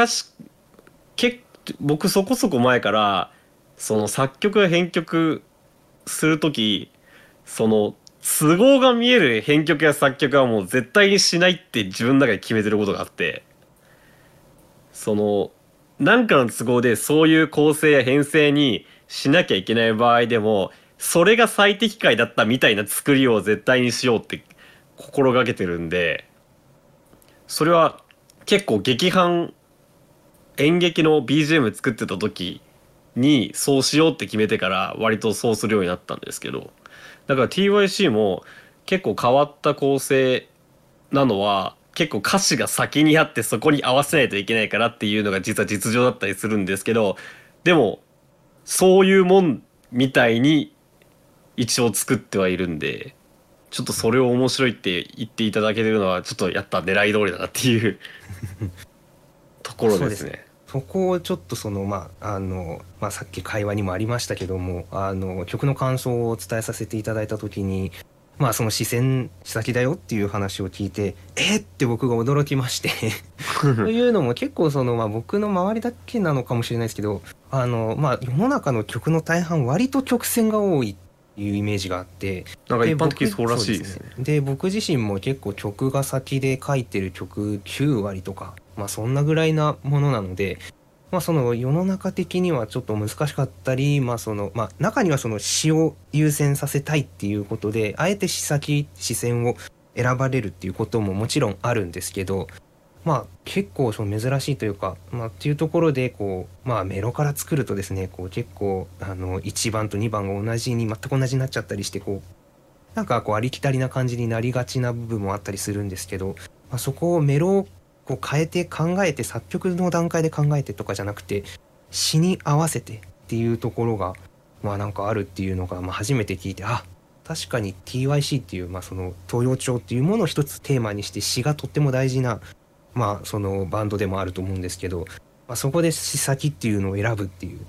僕そこそこ前からその作曲や編曲する時、その都合が見える編曲や作曲はもう絶対にしないって自分の中で決めてることがあって、その何かの都合でそういう構成や編成にしなきゃいけない場合でも、それが最適解だったみたいな作りを絶対にしようって心がけてるんで、それは結構演劇の BGM 作ってた時にそうしようって決めてから割とそうするようになったんですけど、だから TYC も結構変わった構成なのは結構歌詞が先にあってそこに合わせないといけないからっていうのが実は実情だったりするんですけど、でもそういうもんみたいに一応作ってはいるんで、ちょっとそれを面白いって言っていただけてるのはちょっとやった狙い通りだなっていうところですね。
そこをちょっとさっき会話にもありましたけども、曲の感想を伝えさせていただいた時に、その詞先だよっていう話を聞いて、って僕が驚きましてというのも結構僕の周りだけなのかもしれないですけど、世の中の曲の大半割と曲線が多いっていうイメージがあって、
なんか一般的にそうらしいですね。
で僕自身も結構曲が先で書いてる曲9割とか、そんなぐらいなものなので、その世の中的にはちょっと難しかったり、中にはその詩を優先させたいっていうことであえて詞先を選ばれるっていうことももちろんあるんですけど、結構珍しいというか、っていうところでメロから作るとですね、結構1番と2番が全く同じになっちゃったりして、なんかありきたりな感じになりがちな部分もあったりするんですけど、そこをメロを変えて考えて、作曲の段階で考えてとかじゃなくて詩に合わせてっていうところがなんかあるっていうのが初めて聞いて、確かに TYC っていうその東洋調っていうものを一つテーマにして詩がとっても大事なそのバンドでもあると思うんですけど、そこで詩先っていうのを選ぶっていう、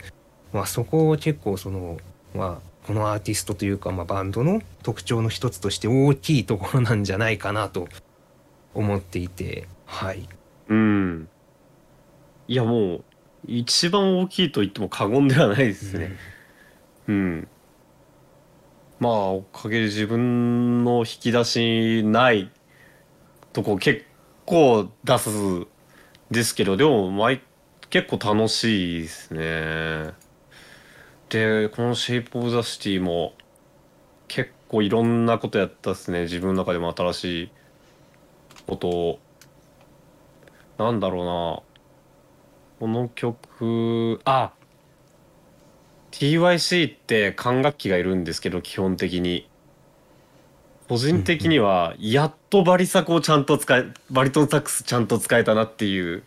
そこを結構このアーティストというか、バンドの特徴の一つとして大きいところなんじゃないかなと思っていて、はい。
いやもう一番大きいと言っても過言ではないですね。おかげで自分の引き出しないとこ結構出すですけど、でも結構楽しいですね。でこの「シェイプ・オブ・ザ・シティ」も結構いろんなことやったっすね。自分の中でも新しいことを、なんだろうな、この曲TYC って管楽器がいるんですけど、基本的に個人的にはやっとバリトンサックスちゃんと使えたなっていう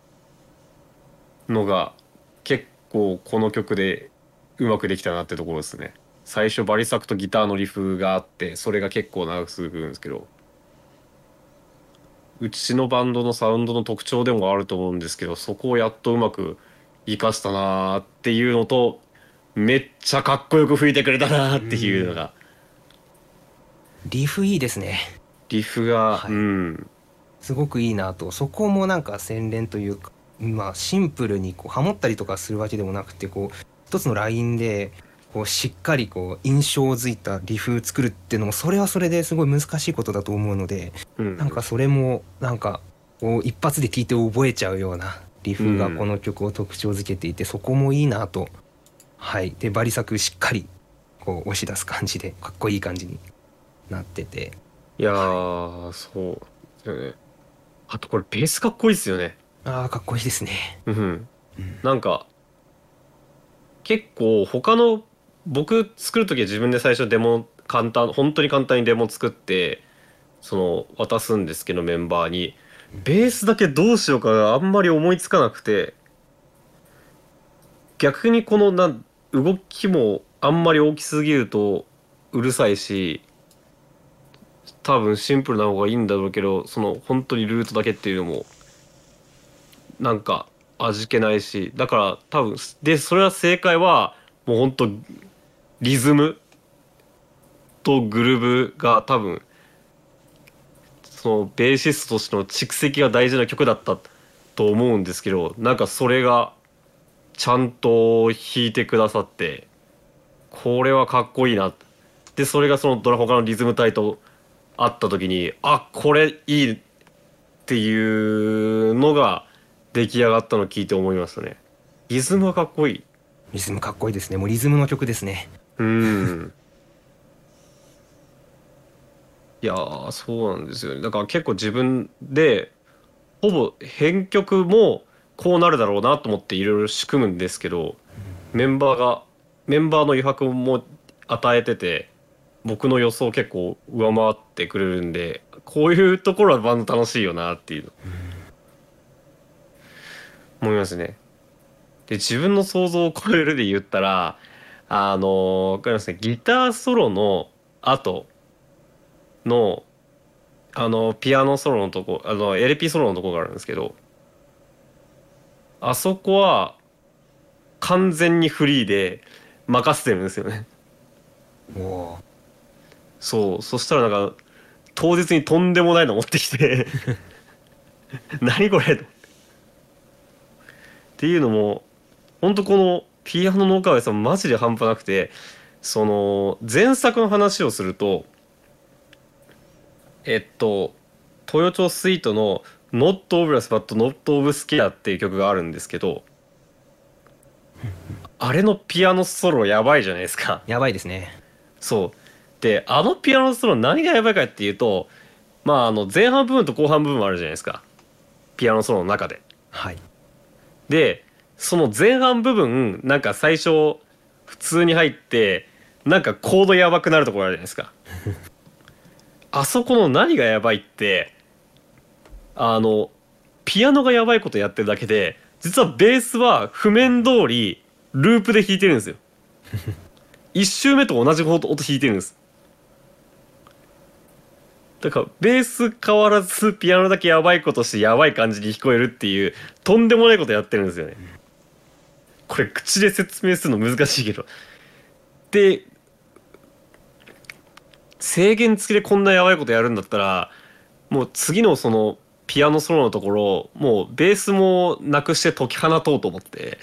のが結構この曲でうまくできたなってところですね。最初バリサクとギターのリフがあって、それが結構長く続くんですけど、うちのバンドのサウンドの特徴でもあると思うんですけど、そこをやっとうまく生かしたなーっていうのと、めっちゃかっこよく吹いてくれたなーっていうのが、
リフいいですね。
リフが、
すごくいいなと。そこもなんか洗練というか、シンプルにハモったりとかするわけでもなくて、一つのラインでしっかり印象づいたリフ作るっていうのも、それはそれですごい難しいことだと思うので、なんかそれもなんか一発で聴いて覚えちゃうようなリフがこの曲を特徴づけていて、そこもいいなと。でバリ作しっかり押し出す感じでかっこいい感じになってて、
いやー、そうですよね。あとこれベースかっこいいですよね。
かっこいいですね。
なんか結構僕作る時は自分で最初本当に簡単にデモ作って渡すんですけど、メンバーにベースだけどうしようかがあんまり思いつかなくて、逆にこの動きもあんまり大きすぎるとうるさいし、多分シンプルな方がいいんだろうけど、その本当にルートだけっていうのもなんか味気ないし、だから多分それは正解はもう本当リズムとグルーブが多分そのベーシストとしての蓄積が大事な曲だったと思うんですけど、なんかそれがちゃんと弾いてくださって、これはかっこいいな。でそれがその他のリズム隊と会った時に、あ、これいいっていうのが出来上がったのを聞いて思いましたね。リズムはかっこいい。
リズムかっこいいですね。もうリズムの曲ですね。
いやー、そうなんですよね。だから結構自分でほぼ編曲もこうなるだろうなと思っていろいろ仕組むんですけど、メンバーの余白も与えてて、僕の予想結構上回ってくれるんで、こういうところはバンド楽しいよなっていうの思いますね。で自分の想像を超えるで言ったら、わかりますね、ギターソロの後のピアノソロのとこ、LP ソロのとこがあるんですけど、あそこは完全にフリーで任せてるんですよね。
おー。
そしたらなんか当日にとんでもないの持ってきて何これっていうのも、ほんとこのピアノの岡部さんマジで半端なくて、その前作の話をすると、豊町スイートの「Not of Us but Not of Scare」っていう曲があるんですけど、あれのピアノソロやばいじゃないですか。
やばいですね。
そうで、ピアノソロ何がやばいかっていうと、前半部分と後半部分あるじゃないですか、ピアノソロの中で。
はい。
でその前半部分なんか最初普通に入ってなんかコードやばくなるところあるじゃないですかあそこの何がやばいって、ピアノがやばいことやってるだけで、実はベースは譜面通りループで弾いてるんですよ一周目と同じ音弾いてるんです。だからベース変わらずピアノだけやばいことしてやばい感じに聞こえるっていうとんでもないことやってるんですよね。これ口で説明するの難しいけど、で制限付きでこんなやばいことやるんだったら、もう次のそのピアノソロのところもうベースもなくして解き放とうと思って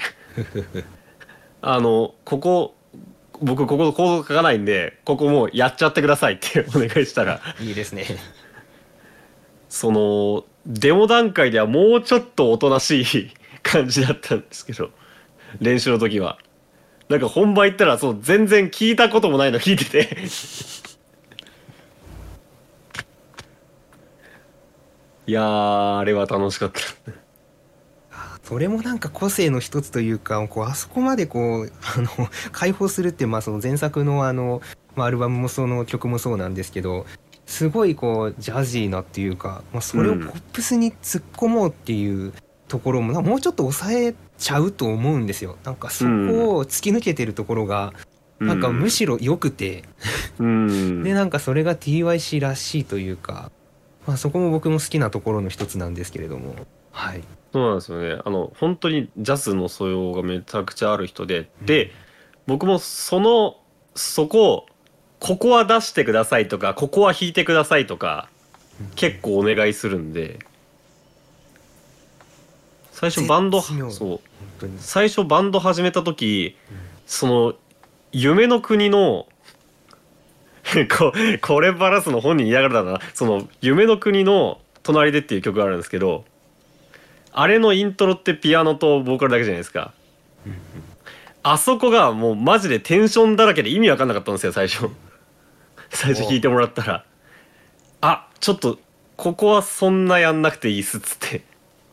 僕ここコード書かないんで、ここもうやっちゃってくださいってお願いしたら
いいですね。
そのデモ段階ではもうちょっとおとなしい感じだったんですけど、練習の時はなんか本番行ったらそう全然聞いたこともないの聞いてていやー、あれは楽しかった
それもなんか個性の一つというか、こうあそこまでこう解放するって、その前作のアルバムもその曲もそうなんですけど、すごいこうジャジーなっていうか、それをポップスに突っ込もうっていうところももうちょっと抑えちゃうと思うんですよ。なんかそこを突き抜けてるところがなんかむしろ良くてでなんかそれが TYC らしいというか、そこも僕も好きなところの一つなんですけれども、はい。
そうなんですよね。本当にジャズの素養がめちゃくちゃある人で、で僕もそこここは出してくださいとか、ここは弾いてくださいとか結構お願いするんで、最初バンド最初バンド始めた時、その夢の国のこれバラすの本人嫌がるだな、その夢の国の隣でっていう曲があるんですけど、あれのイントロってピアノとボーカルだけじゃないですか。あそこがもうマジでテンションだらけで意味わかんなかったんですよ最初弾いてもらったら、あ、ちょっとここはそんなやんなくていいっすっつって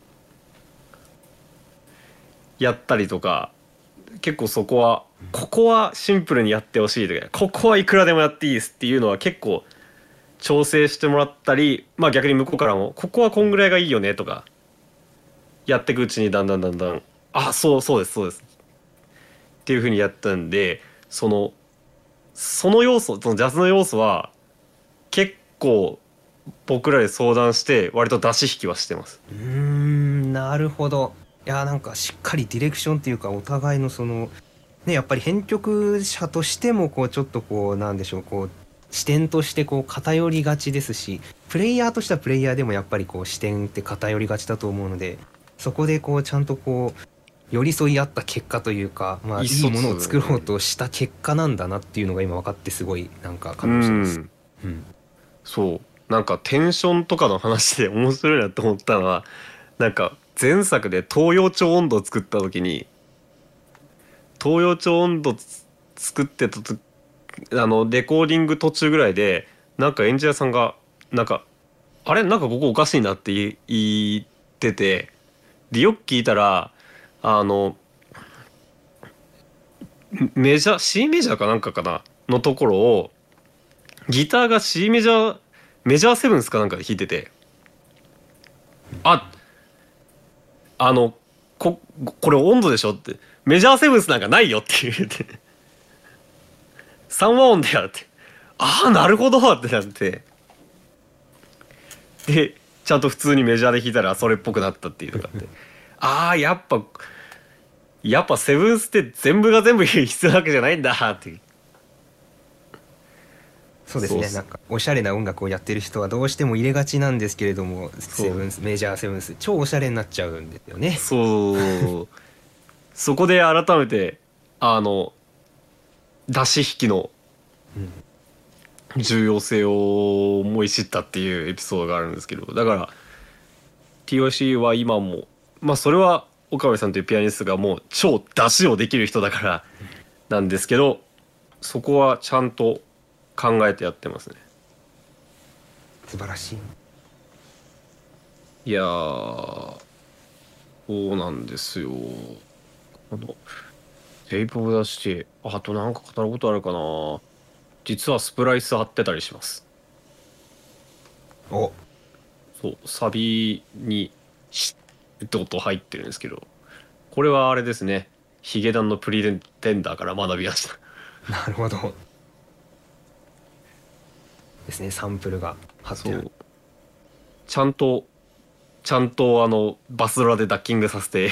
やったりとか、結構そこはここはシンプルにやってほしいとか、ここはいくらでもやっていいですっていうのは結構調整してもらったり、まあ逆に向こうからもここはこんぐらいがいいよねとかやっていくうちにだんだんそうですっていう風にやったんで、その要素、そのジャズの要素は結構僕らで相談して割と出し引きはしてます。
なるほど。いやなんかしっかりディレクションっていうか、お互いのそのね、やっぱり編曲者としてもこうちょっとこうなんでしょう、こう視点としてこう偏りがちですし、プレイヤーとしてはプレイヤーでもやっぱりこう視点って偏りがちだと思うので、そこでこうちゃんとこう寄り添い合った結果というか、まあいいものを作ろうとした結果なんだなっていうのが今分かって、すごいなんか感動してます。
そうなんかテンションとかの話で面白いなと思ったのは、なんか前作で東洋町音頭を作った時に、東洋町音頭作ってたとレコーディング途中ぐらいでなんかエンジニアさんがなんかあれなんかここおかしいなって言ってて、でよく聞いたらメジャー C メジャーかなんかかなのところをギターが C メジャーセブンスかなんかで弾いてて、これ温度でしょって、メジャーセブンスなんかないよって言って3和音だよって、なるほどってなって、でちゃんと普通にメジャーで弾いたらそれっぽくなったっていうのがあってやっぱセブンスって全部が全部必要なわけじゃないんだっていう。
そうですね、なんかおしゃれな音楽をやってる人はどうしても入れがちなんですけれども、メジャーセブンス超おしゃれになっちゃうんですよね。
そこで改めて出し引きの重要性を思い知ったっていうエピソードがあるんですけど、だから TYC は今もまあそれは岡部さんというピアニストがもう超出しをできる人だからなんですけど、そこはちゃんと考えてやってますね。
素晴らしい。
いやそうなんですよ。テイプを出して、あとなんか語ることあるかな。実はスプライス貼ってたりします。そうサビにシッって音入ってるんですけど、これはあれですね、ヒゲダンのプリテンダーから学びました。
なるほどですね、サンプルが貼ってある。
ちゃんとバスドラでダッキングさせて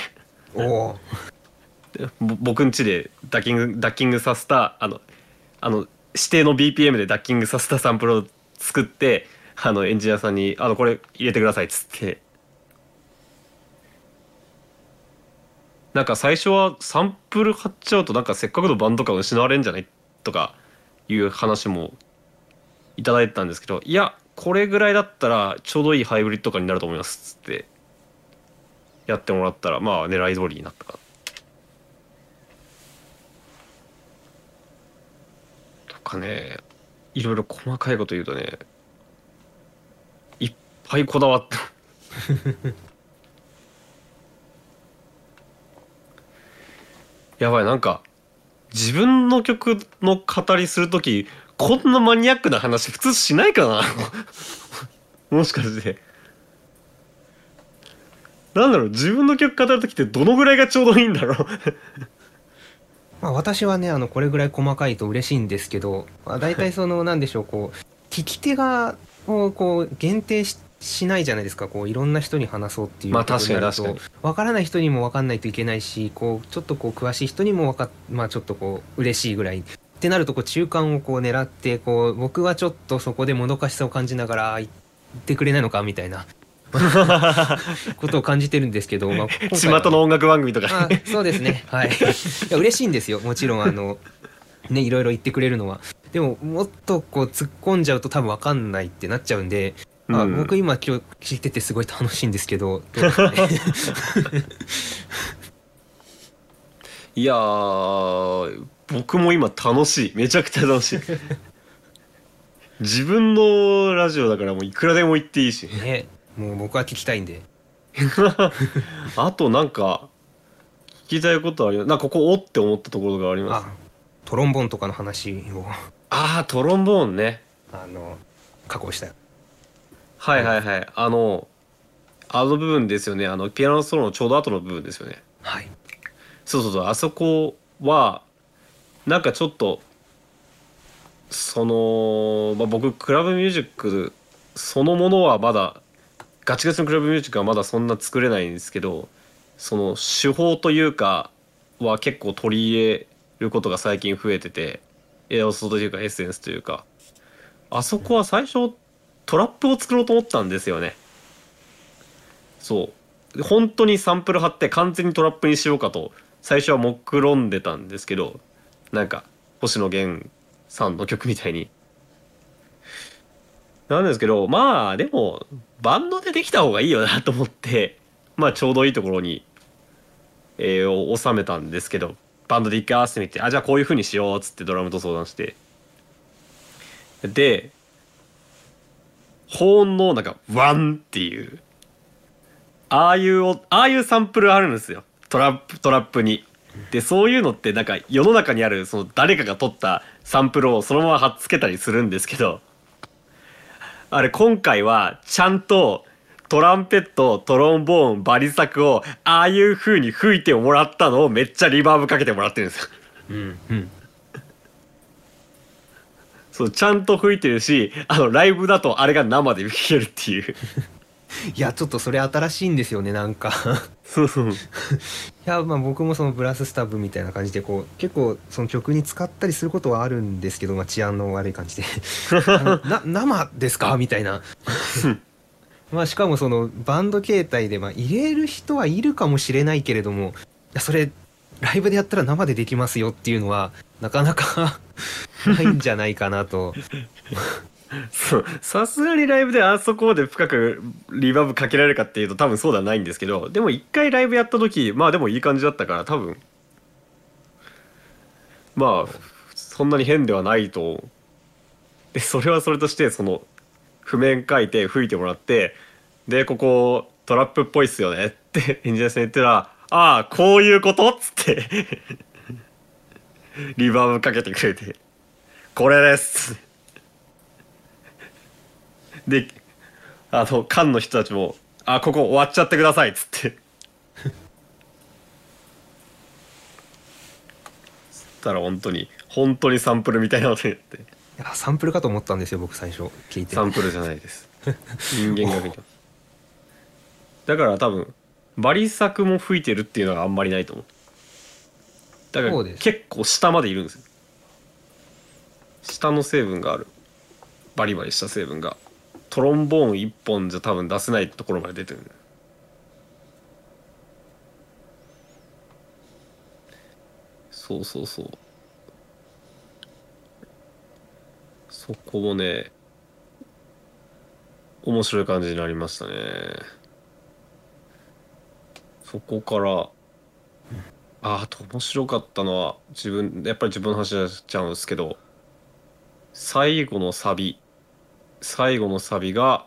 僕ん家でダッキングさせた指定の BPM でダッキングさせたサンプルを作って、エンジニアさんにこれ入れてくださいっつって、なんか最初はサンプル貼っちゃうとなんかせっかくのバンド感失われるんじゃないとかいう話もいただいてたんですけど、いやこれぐらいだったらちょうどいいハイブリッド感になると思いますっつってやってもらったら、まあ狙い通りになったかなとかね。いろいろ細かいこと言うとね、いっぱいこだわったやばい、なんか自分の曲の語りするときこんなマニアックな話普通しないかなもしかしてなんだろう、自分の曲語るときってどのぐらいがちょうどいいんだろう
まあ私はねこれぐらい細かいと嬉しいんですけど、まあ、大体そのなんでしょう、こう聞き手がこう限定しないじゃないですか。こういろんな人に話そうっていうことになると、分からない人にも分かんないといけないし、こうちょっとこう詳しい人にもまあちょっとこう嬉しいぐらいってなると、こう中間をこう狙って、こう僕はちょっとそこでもどかしさを感じながら言ってくれないのかみたいなことを感じてるんですけど、まあ、
巷の音楽番組とか
そうですね、はいいや嬉しいんですよ、もちろんね、いろいろ言ってくれるのは。でももっとこう突っ込んじゃうと多分分かんないってなっちゃうんで、僕今日聞いててすごい楽しいんですけど、どうですかね
いや僕も今楽しい、めちゃくちゃ楽しい自分のラジオだからもういくらでも言っていいし
ね、もう僕は聞きたいんで
あとなんか聞きたいことあります？なんかここおって思ったところがあります？
トロンボーンとかの話を
トロンボーンね。
加工した。
はいはいはい、あの部分ですよね。ピアノソロのちょうど後の部分ですよね。
はい。
そうそうそう、あそこはなんかちょっと僕クラブミュージックそのものはまだガチガチのクラブミュージックはまだそんな作れないんですけど、その手法というかは結構取り入れることが最近増えてて、エアオスというかエッセンスというか、あそこは最初トラップを作ろうと思ったんですよね。そう本当にサンプル貼って完全にトラップにしようかと最初は目論んでたんですけど、なんか星野源さんの曲みたいになんですけど、まあでもバンドでできた方がいいよなと思って、まあちょうどいいところに、収めたんですけど、バンドで一回合わせてみて、じゃあこういう風にしようっつってドラムと相談して、で高音のなんかワンっていうああいうサンプルあるんですよ、トラップに。でそういうのってなんか世の中にあるその誰かが撮ったサンプルをそのまま貼っつけたりするんですけど、あれ今回はちゃんとトランペット、トロンボーン、バリサクをああいう風に吹いてもらったのをめっちゃリバーブかけてもらってるんですよ。
うんうん。
そうちゃんと吹いてるし、ライブだとあれが生で吹けるっていう。
いやちょっとそれ新しいんですよね、なんか
そうそう。
いやまあ僕もそのブラススタブみたいな感じでこう結構その曲に使ったりすることはあるんですけど、まあ、治安の悪い感じで生ですかみたいなまあしかもそのバンド形態でまあ入れる人はいるかもしれないけれども、いやそれライブでやったら生でできますよっていうのはなかなかないんじゃないかなと
そうさすがにライブであそこまで深くリバーブかけられるかっていうと多分そうではないんですけど、でも一回ライブやった時まあでもいい感じだったから多分まあそんなに変ではないと。でそれはそれとしてその譜面書いて吹いてもらって、でここトラップっぽいっすよねってエンジニアさん言ったら、ああこういうことっつってリバーブかけてくれて、これですで館の人たちも「ここ終わっちゃってください」っつってつったら本当にサンプルみたいなことになって。
いやサンプルかと思ったんですよ僕最初聞いて。
サンプルじゃないです人間が吹いてます。だから多分バリ作も吹いてるっていうのがあんまりないと思う。だから結構下までいるんですよ。下の成分がある、バリバリした成分がトロンボーン1本じゃ多分出せないところまで出てる。そうそうそう、そこもね面白い感じになりましたね。そこからあと面白かったのはやっぱり自分の話になっちゃうんですけど、最後のサビが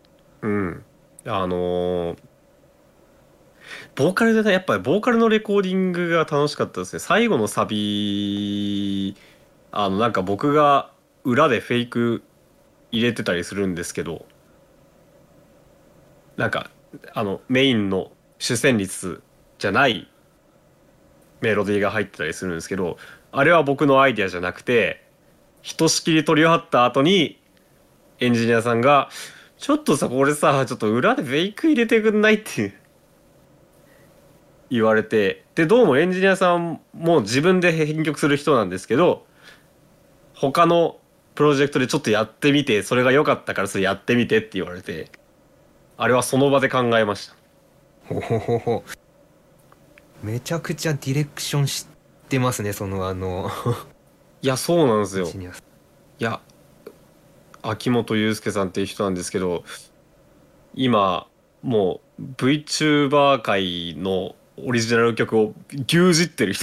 ボーカルでね、やっぱりボーカルのレコーディングが楽しかったですね。最後のサビなんか僕が裏でフェイク入れてたりするんですけど、なんかメインの主旋律じゃないメロディーが入ってたりするんですけど、あれは僕のアイデアじゃなくて、ひとしきり撮り終わった後にエンジニアさんが「ちょっとさこれさちょっと裏でフェイク入れてくんない?」って言われて、でどうもエンジニアさんも自分で編曲する人なんですけど、他のプロジェクトでちょっとやってみてそれが良かったからそれやってみてって言われて、あれはその場で考えました。
ほほほほ、めちゃくちゃディレクション知ってますね、その
いやそうなんですよ。
エンジニア。
いや秋元祐介さんっていう人なんですけど、今もう VTuber 界のオリジナル曲を牛耳ってる人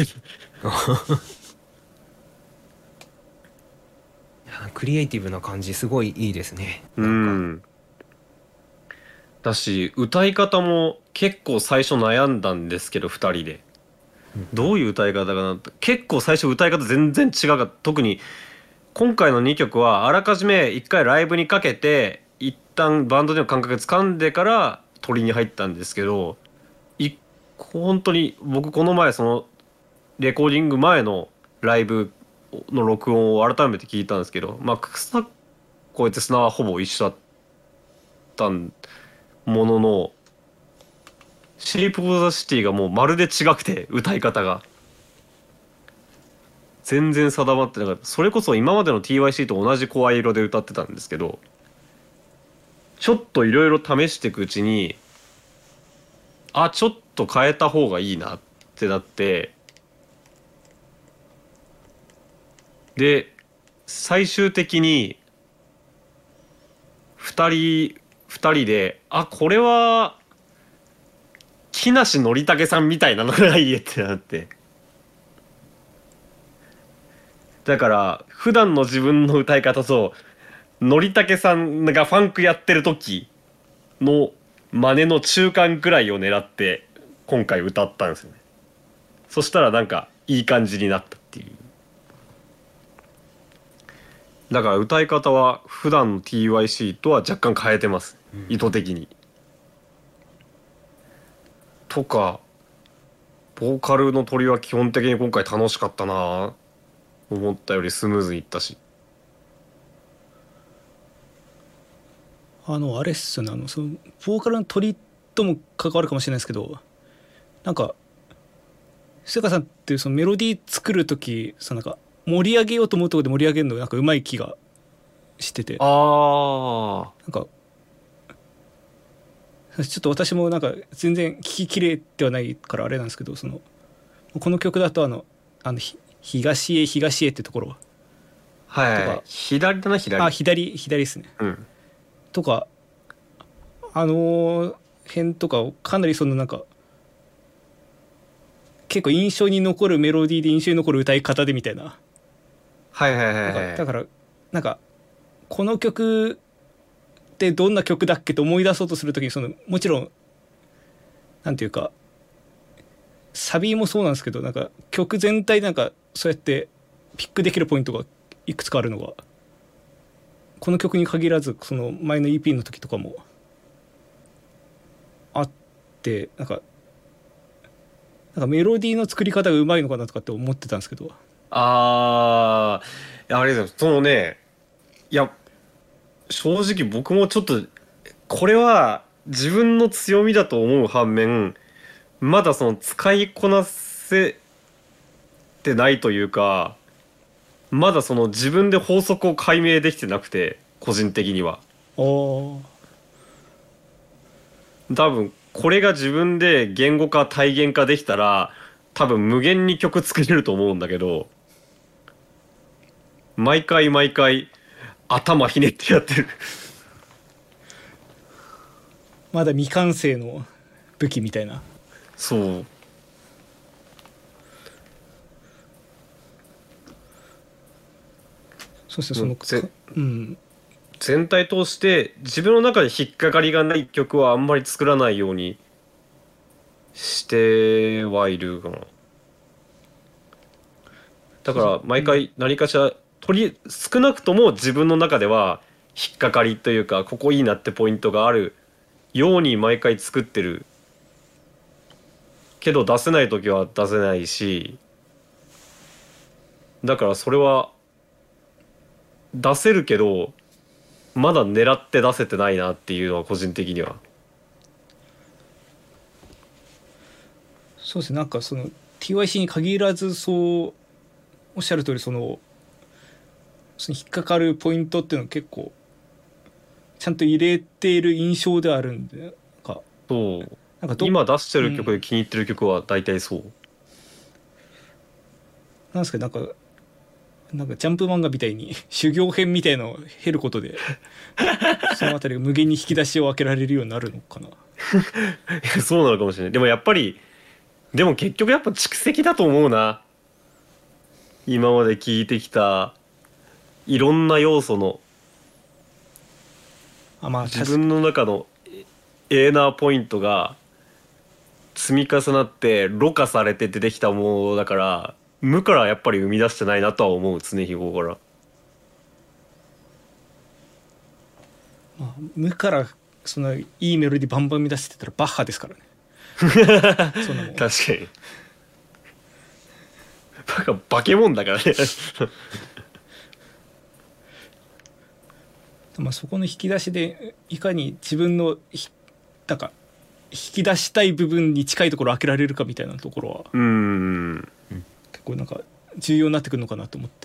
クリエイティブな感じすごいいいですね。
うんだし歌い方も結構最初悩んだんですけど、2人でどういう歌い方かなって、結構最初歌い方全然違かった。特に今回の2曲はあらかじめ1回ライブにかけて一旦バンドでの感覚掴んでから取りに入ったんですけど、本当に僕この前そのレコーディング前のライブの録音を改めて聞いたんですけど、まあ草越えて砂はほぼ一緒だったものの、シェイプ・オブ・ザ・シティがもうまるで違くて、歌い方が全然定まってなかった。それこそ今までの TYC と同じ声色で歌ってたんですけど、ちょっといろいろ試していくうちに、ちょっと変えた方がいいなってなって、で最終的に2人でこれは木梨憲武さんみたいなのがいいってなって、だから普段の自分の歌い方と憲武さんがファンクやってる時の真似の中間ぐらいを狙って今回歌ったんですよね。そしたらなんかいい感じになったっていう。だから歌い方は普段の TYC とは若干変えてます、意図的に。とかボーカルの取りは基本的に今回楽しかったな、思ったよりスムーズにいったし。
あれっすよね、そのボーカルの取りとも関わるかもしれないですけど、なんかセカさんってそのメロディー作る時なんか盛り上げようと思うところで盛り上げるのなんかうまい気がしてて、なんかちょっと私もなんか全然聞ききれてはないからあれなんですけど、この曲だと東へ東へってところ、
はいはい、左だな、
左ですね、とか辺とかをかなりなんか結構印象に残るメロディーで印象に残る歌い方でみたいな、だからなんかこの曲ってどんな曲だっけと思い出そうとするときにもちろんなんていうかサビもそうなんですけど、なんか曲全体でなんかそうやってピックできるポイントがいくつかあるのがこの曲に限らず前の EP の時とかもあって、なんかメロディーの作り方がうまいのかなとかって思ってたんですけど、
あれですよね。いや正直僕もちょっとこれは自分の強みだと思う反面、まだ使いこなせてないというか、まだ自分で法則を解明できてなくて、個人的には。多分これが自分で言語化体現化できたら多分無限に曲作れると思うんだけど、毎回頭ひねってやってる
まだ未完成の武器みたいな。
そう
ですね、
全体通して自分の中で引っかかりがない曲はあんまり作らないようにしてはいるかな。だから毎回何かしら少なくとも自分の中では引っかかりというか、ここいいなってポイントがあるように毎回作ってるけど、出せない時は出せないし、だからそれは出せるけどまだ狙って出せてないなっていうのは個人的には。
そうですね、なんかTYC に限らずそうおっしゃる通り引っかかるポイントっていうのは結構ちゃんと入れている印象ではあるんで、
なんか今出してる曲で気に入ってる曲は大体そう、
なんですか、なんかジャンプ漫画みたいに修行編みたいのを経ることでそのあたりが無限に引き出しを開けられるようになるのかな
そうなのかもしれない。でもやっぱり結局やっぱ蓄積だと思うな。今まで聞いてきたいろんな要素の自分の中のエーナーポイントが積み重なってろ過されて出てきたものだから、無からやっぱり生み出してないなとは思う、常日頃から。
まあ、無からそのいいメロディバンバン生み出してたらバッハですからねそんなもん。
確かにバカ化け物だからね
まあそこの引き出しでいかに自分のなんか引き出したい部分に近いところを開けられるかみたいなところは結構なんか重要になってくるのかなと思って。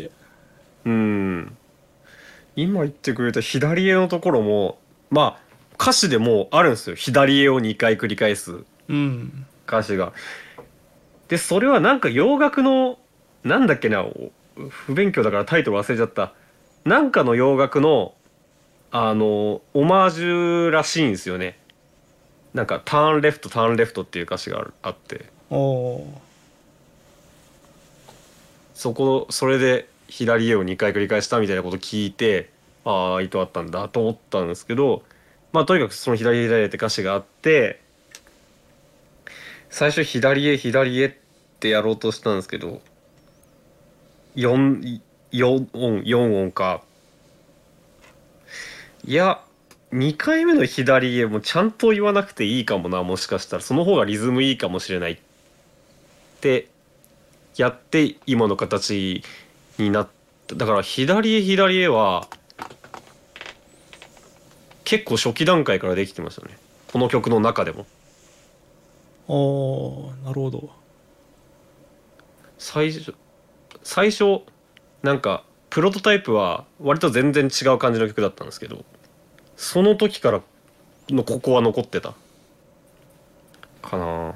今言ってくれた左絵のところもまあ歌詞でもあるんですよ。左絵を2回繰り返す歌詞が。でそれはなんか洋楽のなんだっけな、不勉強だからタイトル忘れちゃった。なんかの洋楽のオマージュらしいんですよね。なんかターンレフトターンレフトっていう歌詞があって、それで左絵を2回繰り返したみたいなこと聞いて、ああ意図あったんだと思ったんですけど、まあとにかくその左絵って歌詞があって、最初左絵左絵ってやろうとしたんですけど、4音か。いや2回目の左絵もちゃんと言わなくていいかもな、もしかしたらその方がリズムいいかもしれないってやって今の形になった。だから左絵は結構初期段階からできてましたね、この曲の中でも。
なるほど。
最初なんかプロトタイプは割と全然違う感じの曲だったんですけど、その時からのここは残ってたかな。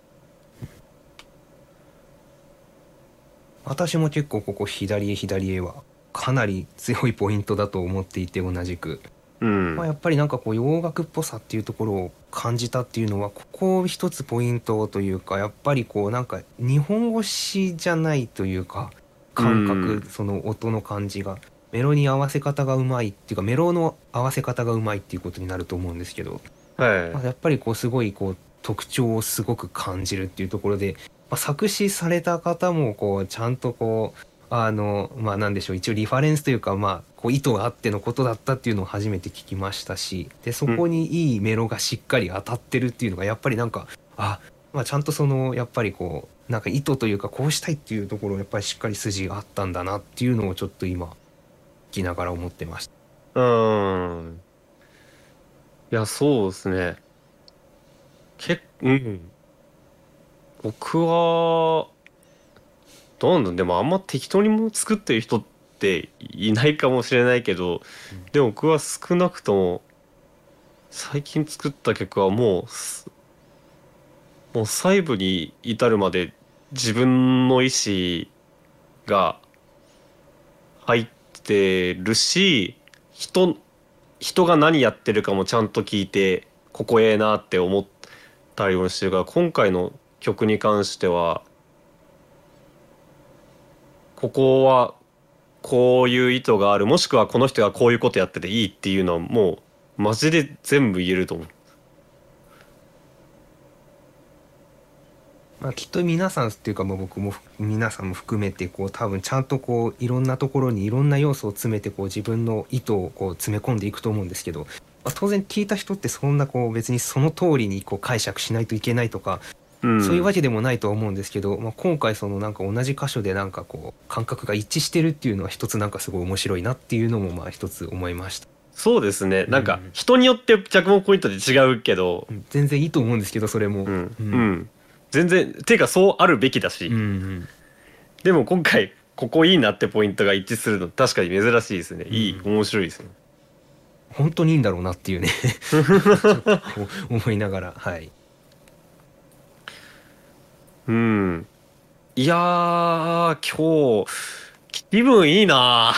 私も結構ここ左絵はかなり強いポイントだと思っていて、同じく、まあ、やっぱりなんかこう洋楽っぽさっていうところを感じたっていうのは、ここ一つポイントというか、やっぱりこうなんか日本語詞じゃないというか感覚、その音の感じがメロに合わせ方がうまいっていうか、メロの合わせ方がうまいっていうことになると思うんですけど、まあ、やっぱりこうすごいこう特徴をすごく感じるっていうところで、まあ、作詞された方もこうちゃんとこうまあなんでしょう、一応リファレンスというか、まあこう意図があってのことだったっていうのを初めて聞きましたし、でそこにいいメロがしっかり当たってるっていうのがやっぱりなんかまあ、ちゃんとそのやっぱりこうなんか意図というか、こうしたいっていうところやっぱりしっかり筋があったんだなっていうのをちょっと今聞きながら思ってました。
いやそうですね。僕はどんどんでもあんま適当にも作ってる人っていないかもしれないけど、でも僕は少なくとも最近作った曲はもう細部に至るまで自分の意思が入ってるし、人が何やってるかもちゃんと聞いて、ここええなって思ったりもしてるから、今回の曲に関してはここはこういう意図がある、もしくはこの人がこういうことやってていいっていうのはもうマジで全部言えると思う。
まあ、きっと皆さんっていうか、まあ僕も皆さんも含めてこう多分ちゃんとこういろんなところにいろんな要素を詰めてこう自分の意図をこう詰め込んでいくと思うんですけど、まあ、当然聞いた人ってそんなこう別にその通りにこう解釈しないといけないとか、そういうわけでもないとは思うんですけど、まあ、今回そのなんか同じ箇所でなんかこう感覚が一致してるっていうのは一つなんかすごい面白いなっていうのもまあ一つ思いました。
そうですね、なんか人によって着目ポイントで違うけど、
全然いいと思うんですけど、それも
全然ていうかそうあるべきだし、でも今回ここいいなってポイントが一致するの確かに珍しいですね。面白いですね。
本当にいいんだろうなっていうね思いながら、はい。
いやー今日気分いいな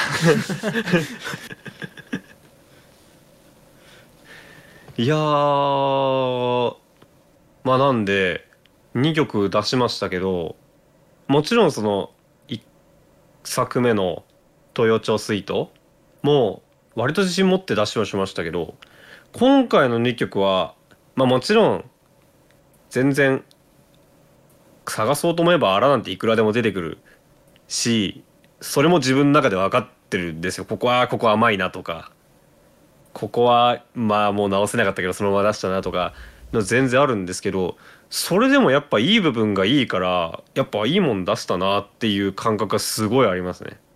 いやーまあなんで2曲出しましたけど、もちろんその1作目の豊町スイートも割と自信持って出しはしましたけど、今回の2曲はまあもちろん全然探そうと思えばあらなんていくらでも出てくるし、それも自分の中で分かってるんですよ。ここ甘いなとか、 ここはまあもう直せなかったけどそのまま出したなとかの全然あるんですけど、それでもやっぱいい部分がいいからやっぱいいもん出したなっていう感覚がすごいありますね。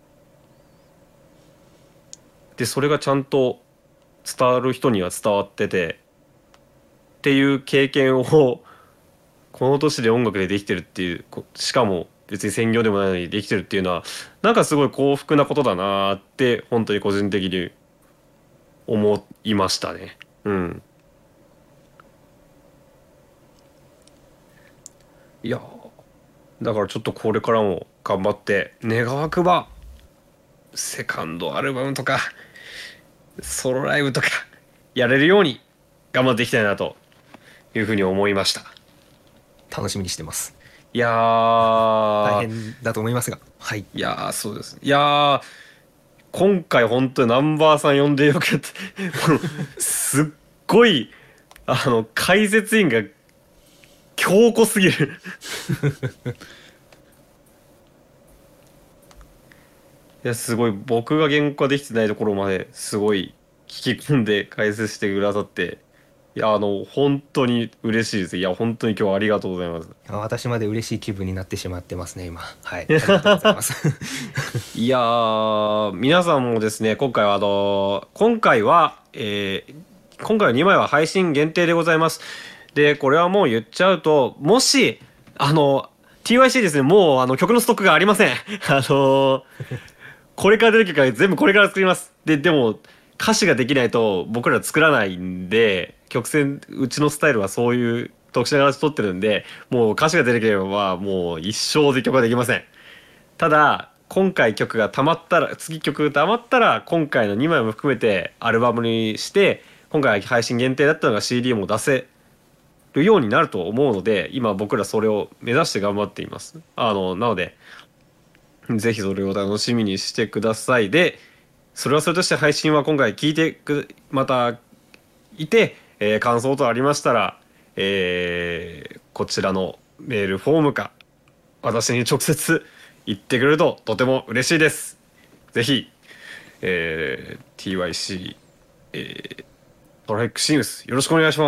でそれがちゃんと伝わる人には伝わっててっていう経験をこの年で音楽でできてるっていう、しかも別に専業でもないのにできてるっていうのはなんかすごい幸福なことだなって本当に個人的に思いましたね。うん。いやだからちょっとこれからも頑張って願わくばセカンドアルバムとかソロライブとかやれるように頑張っていきたいなというふうに思いました。
楽しみにしてます。
いや
大変だと思いますが、はい。
いやそうです。いや今回本当にナンバーさん呼んでよかったすっごい解説員が強固すぎるいやすごい僕が原稿ができてないところまですごい聞き込んで解説してくださって、いや本当に嬉しいです。いや本当に今日はありがとうございます。
私まで嬉しい気分になってしまってますね今。はい。ありがとうございます
いや皆さんもですね今回は今回は2枚は配信限定でございます。でこれはもう言っちゃうと、もしTYC ですね、もう曲のストックがありませんこれから出る曲は全部これから作ります。でも歌詞ができないと僕ら作らないんで、曲線うちのスタイルはそういう特殊な形取ってるんで、もう歌詞が出てければもう一生で曲はできません。ただ今回曲がたまったら、次曲がたまったら今回の2枚も含めてアルバムにして、今回配信限定だったのが CD も出せるようになると思うので、今僕らそれを目指して頑張っています。なのでぜひそれを楽しみにしてください。でそれはそれとして配信は今回聞いてまたいて、感想とありましたら、こちらのメールフォームか私に直接言ってくれるととても嬉しいです。ぜひ、TYC、トライクシームスよろしくお願いします。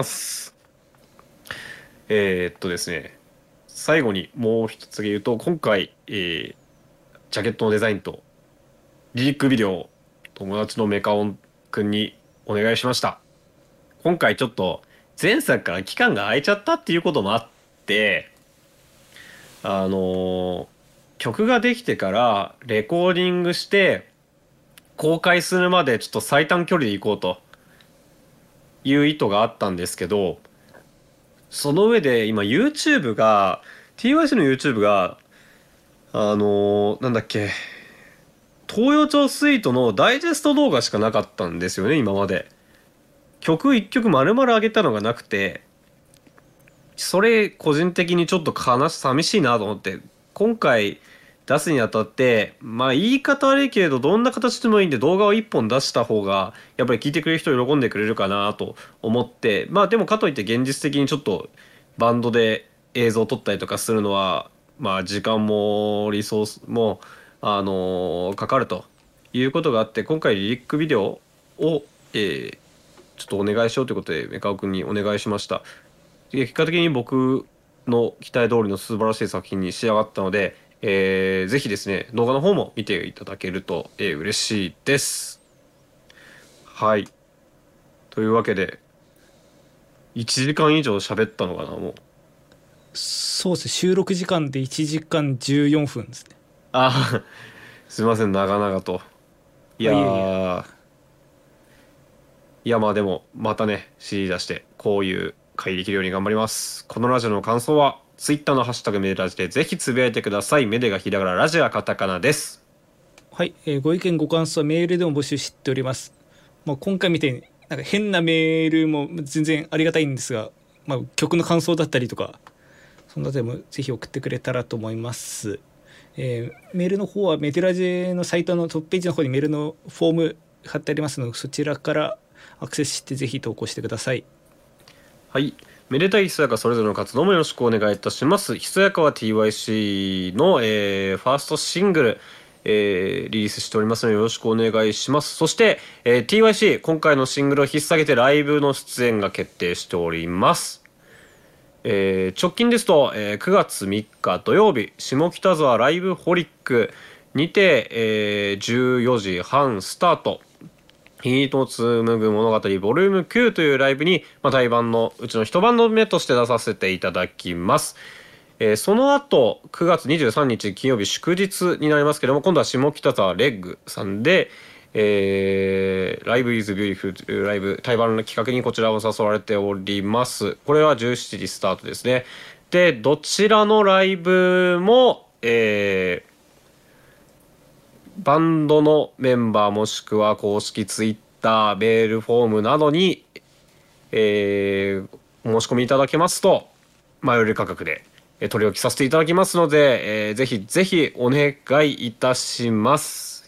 ですね、最後にもう一つ言うと、今回、ジャケットのデザインとリリックビデオを友達のメカオンくんにお願いしました。今回ちょっと前作から期間が空いちゃったっていうこともあって、曲ができてからレコーディングして公開するまでちょっと最短距離で行こうという意図があったんですけど、その上で今 YouTube が TYC の YouTube がなんだっけ、東洋町スイートのダイジェスト動画しかなかったんですよね今まで。曲1曲丸々上げたのがなくて、それ個人的にちょっと寂しいなと思って、今回出すにあたってまあ言い方悪いけれどどんな形でもいいんで動画を1本出した方がやっぱり聞いてくれる人喜んでくれるかなと思って、まあでもかといって現実的にちょっとバンドで映像を撮ったりとかするのはまあ時間もリソースもかかるということがあって、今回リリックビデオを、ちょっとお願いしようということでメカオ君にお願いしました。結果的に僕の期待通りの素晴らしい作品に仕上がったので、ぜひですね動画の方も見ていただけると、嬉しいです。はい、というわけで1時間以上喋ったのかな。もう
そうですね、収録時間で1時間14分ですね。
あすいません長々と。いやいやまあでもまたね CD 出してこういう回できるように頑張ります。このラジオの感想はツイッターのハッシュタグメデラジでぜひつぶやいてください。メデがひらがな、ラジはカタカナです。
はい、ご意見ご感想はメールでも募集しております。今回みたいになんか変なメールも全然ありがたいんですが、曲の感想だったりとかそんなでもぜひ送ってくれたらと思います。メールの方はメデラジのサイトのトップページの方にメールのフォーム貼ってありますので、そちらからアクセスしてぜひ投稿してください。
はい、めでたいひそやかそれぞれの活動もよろしくお願いいたします。ひそやかは TYC の、ファーストシングル、 リリースしておりますのでよろしくお願いします。そして、TYC 今回のシングルを引っ提げてライブの出演が決定しております。直近ですと、9月3日土曜日下北沢ライブホリックにて、14時半スタートヒート紡ぐ物語ボリューム9というライブに、対バンのうちの一バンド目として出させていただきます。その後9月23日金曜日祝日になりますけども、今度は下北沢レッグさんで、ライブイズビューティフルというライブ対バンの企画にこちらを誘われております。これは17時スタートですね。でどちらのライブも、バンドのメンバーもしくは公式ツイッターメールフォームなどに、お申し込みいただけますと前売り価格で取り置きさせていただきますので、ぜひぜひお願いいたします。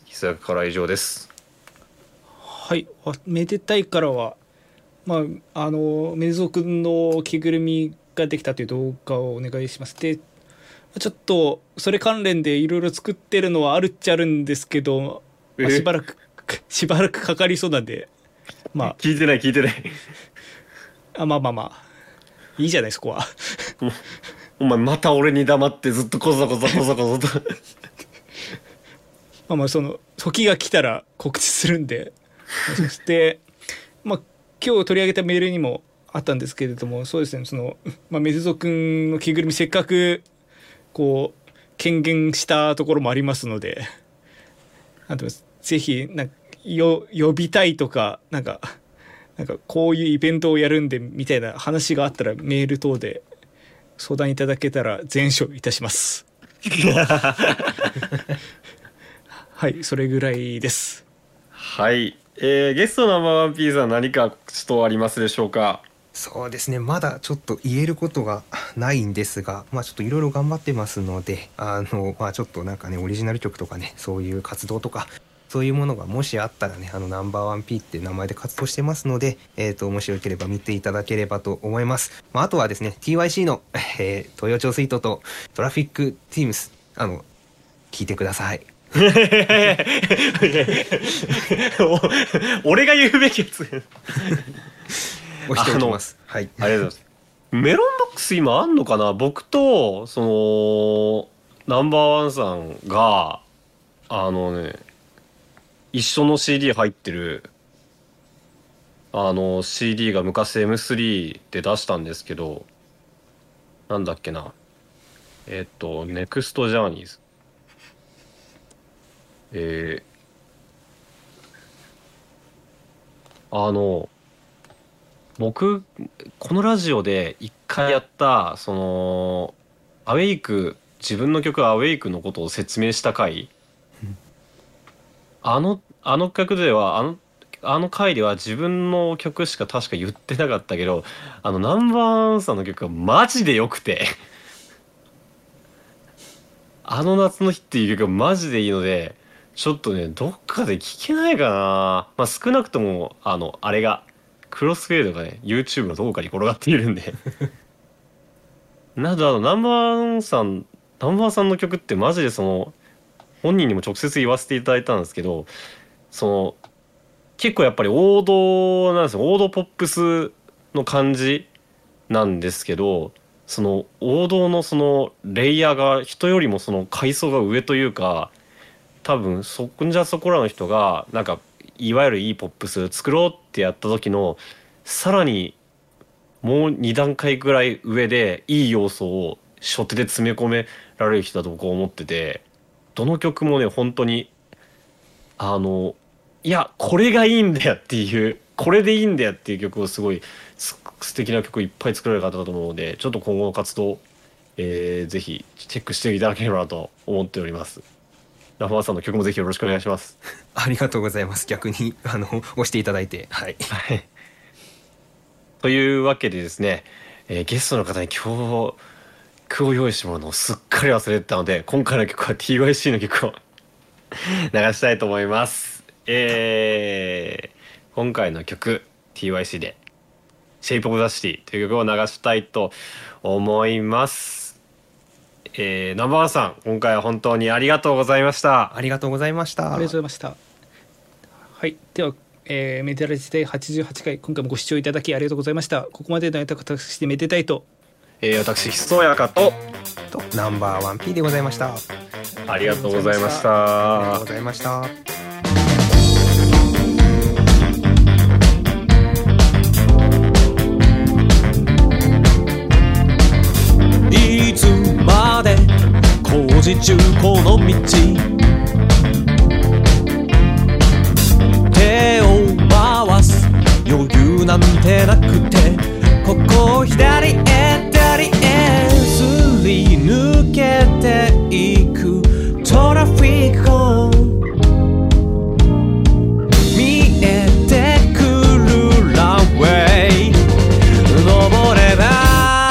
ひさから以上です。
はい、めでたいからは、メゾ君の着ぐるみができたという動画をお願いします。でちょっとそれ関連でいろいろ作ってるのはあるっちゃあるんですけど、しばらくかかりそうなんで、
聞いてない
いいじゃないそこは
お前また俺に黙ってずっとこそと
その時が来たら告知するんでそして今日取り上げたメールにもあったんですけれども、そうですね、その、メゾ君の着ぐるみせっかくこう権限したところもありますので、ぜひ呼びたいとかなんかこういうイベントをやるんでみたいな話があったらメール等で相談いただけたら全処いたしますはい、それぐらいです。
はい、ゲストナンバーワンピースは何か告知とありますでしょうか。
そうですね、まだちょっと言えることがないんですが、ちょっといろいろ頑張ってますので、ちょっとオリジナル曲とかね、そういう活動とかそういうものがもしあったらね、ナンバーワン P っていう名前で活動してますので、もしよければ見ていただければと思います。あとはですね TYC の、東洋町スイートとトラフィックティームス聞いてください
俺が言うべきやつ
押しておきます。はい、
ありがとうございます。メロンボックス今あんのかな。僕とそのナンバーワンさんが一緒の CD 入ってるCD が昔 M3 で出したんですけど、なんだっけな、ネクストジャーニーズ、僕このラジオで一回やったそのアウェイク、自分の曲アウェイクのことを説明した回、あの曲ではあの回では自分の曲しか確か言ってなかったけど、ナンバーワンさんの曲がマジで良くて夏の日っていう曲がマジでいいので、ちょっとねどっかで聴けないかな。少なくともあれがクロスフェードがね YouTube のどこかに転がっているんでナンバーさんの曲ってマジでその本人にも直接言わせていただいたんですけど、その結構やっぱり王道なんですよ。王道ポップスの感じなんですけど、その王道のそのレイヤーが人よりもその階層が上というか、多分そこらの人がいわゆるいいポップス作ろうってやった時のさらにもう2段階ぐらい上でいい要素を初手で詰め込められる人だと僕は思ってて、どの曲もね本当にいやこれがいいんだよっていう、これでいいんだよっていう曲をすごい素敵な曲をいっぱい作られる方だと思うので、ちょっと今後の活動、ぜひチェックしていただければなと思っております。ラファーさんの曲もぜひよろしくお願いします。
ありがとうございます。逆に押していただいて、はい
というわけでですね、ゲストの方に曲を用意してもらうのをすっかり忘れてたので、今回の曲は TYC の曲を流したいと思います。今回の曲 TYC で Shape of the City という曲を流したいと思います。 ナンバーワンさん、今回は本当にありがとうございました。
ありがとうございました。
ありがとうございました。はい、では、メデラジ第88回、今回もご視聴いただきありがとうございました。ここまでの間、私でめでたいと、
私ひそやかと
ナンバーワン P でございました。
ありがとうございました。
ありがとうございました。
いつまで工事中この道、手を回す余裕なんてなくて、ここ左へ左へすり抜けていくトラフィックコーン、見えてくるランウェイ、登れば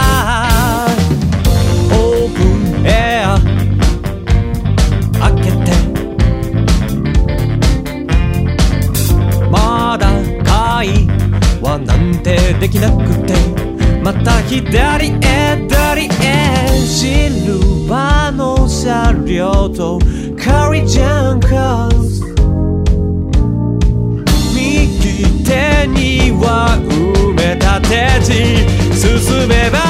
なんてできなくて、また左へ左へシルバーの車両とカリジャンカーズ、右手には埋め立て地、進めば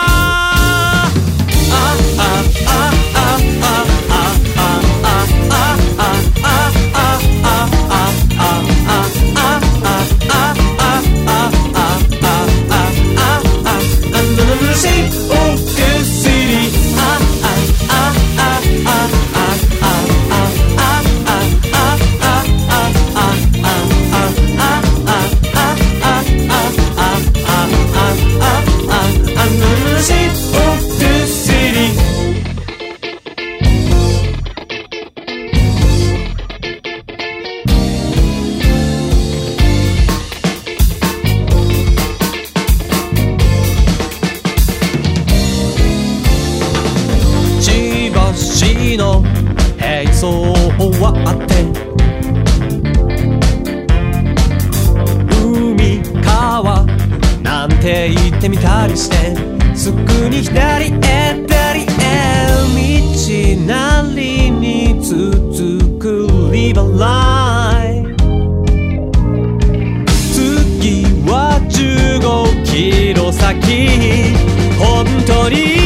の並走終わって海川なんて言ってみたりして、すぐに左へ左へ道なりに続くリバーライン、次は15キロ先、本当に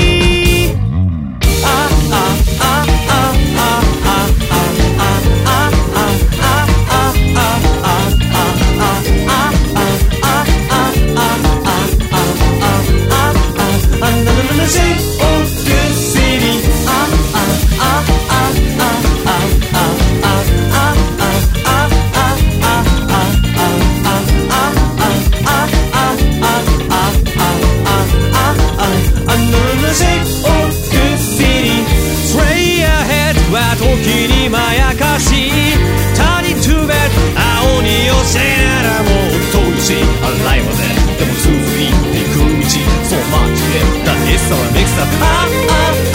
時にまやかし谷トゥベ青に寄せならもう遠いし洗いまででも続いていく道、そうマジでだエッサはネクサ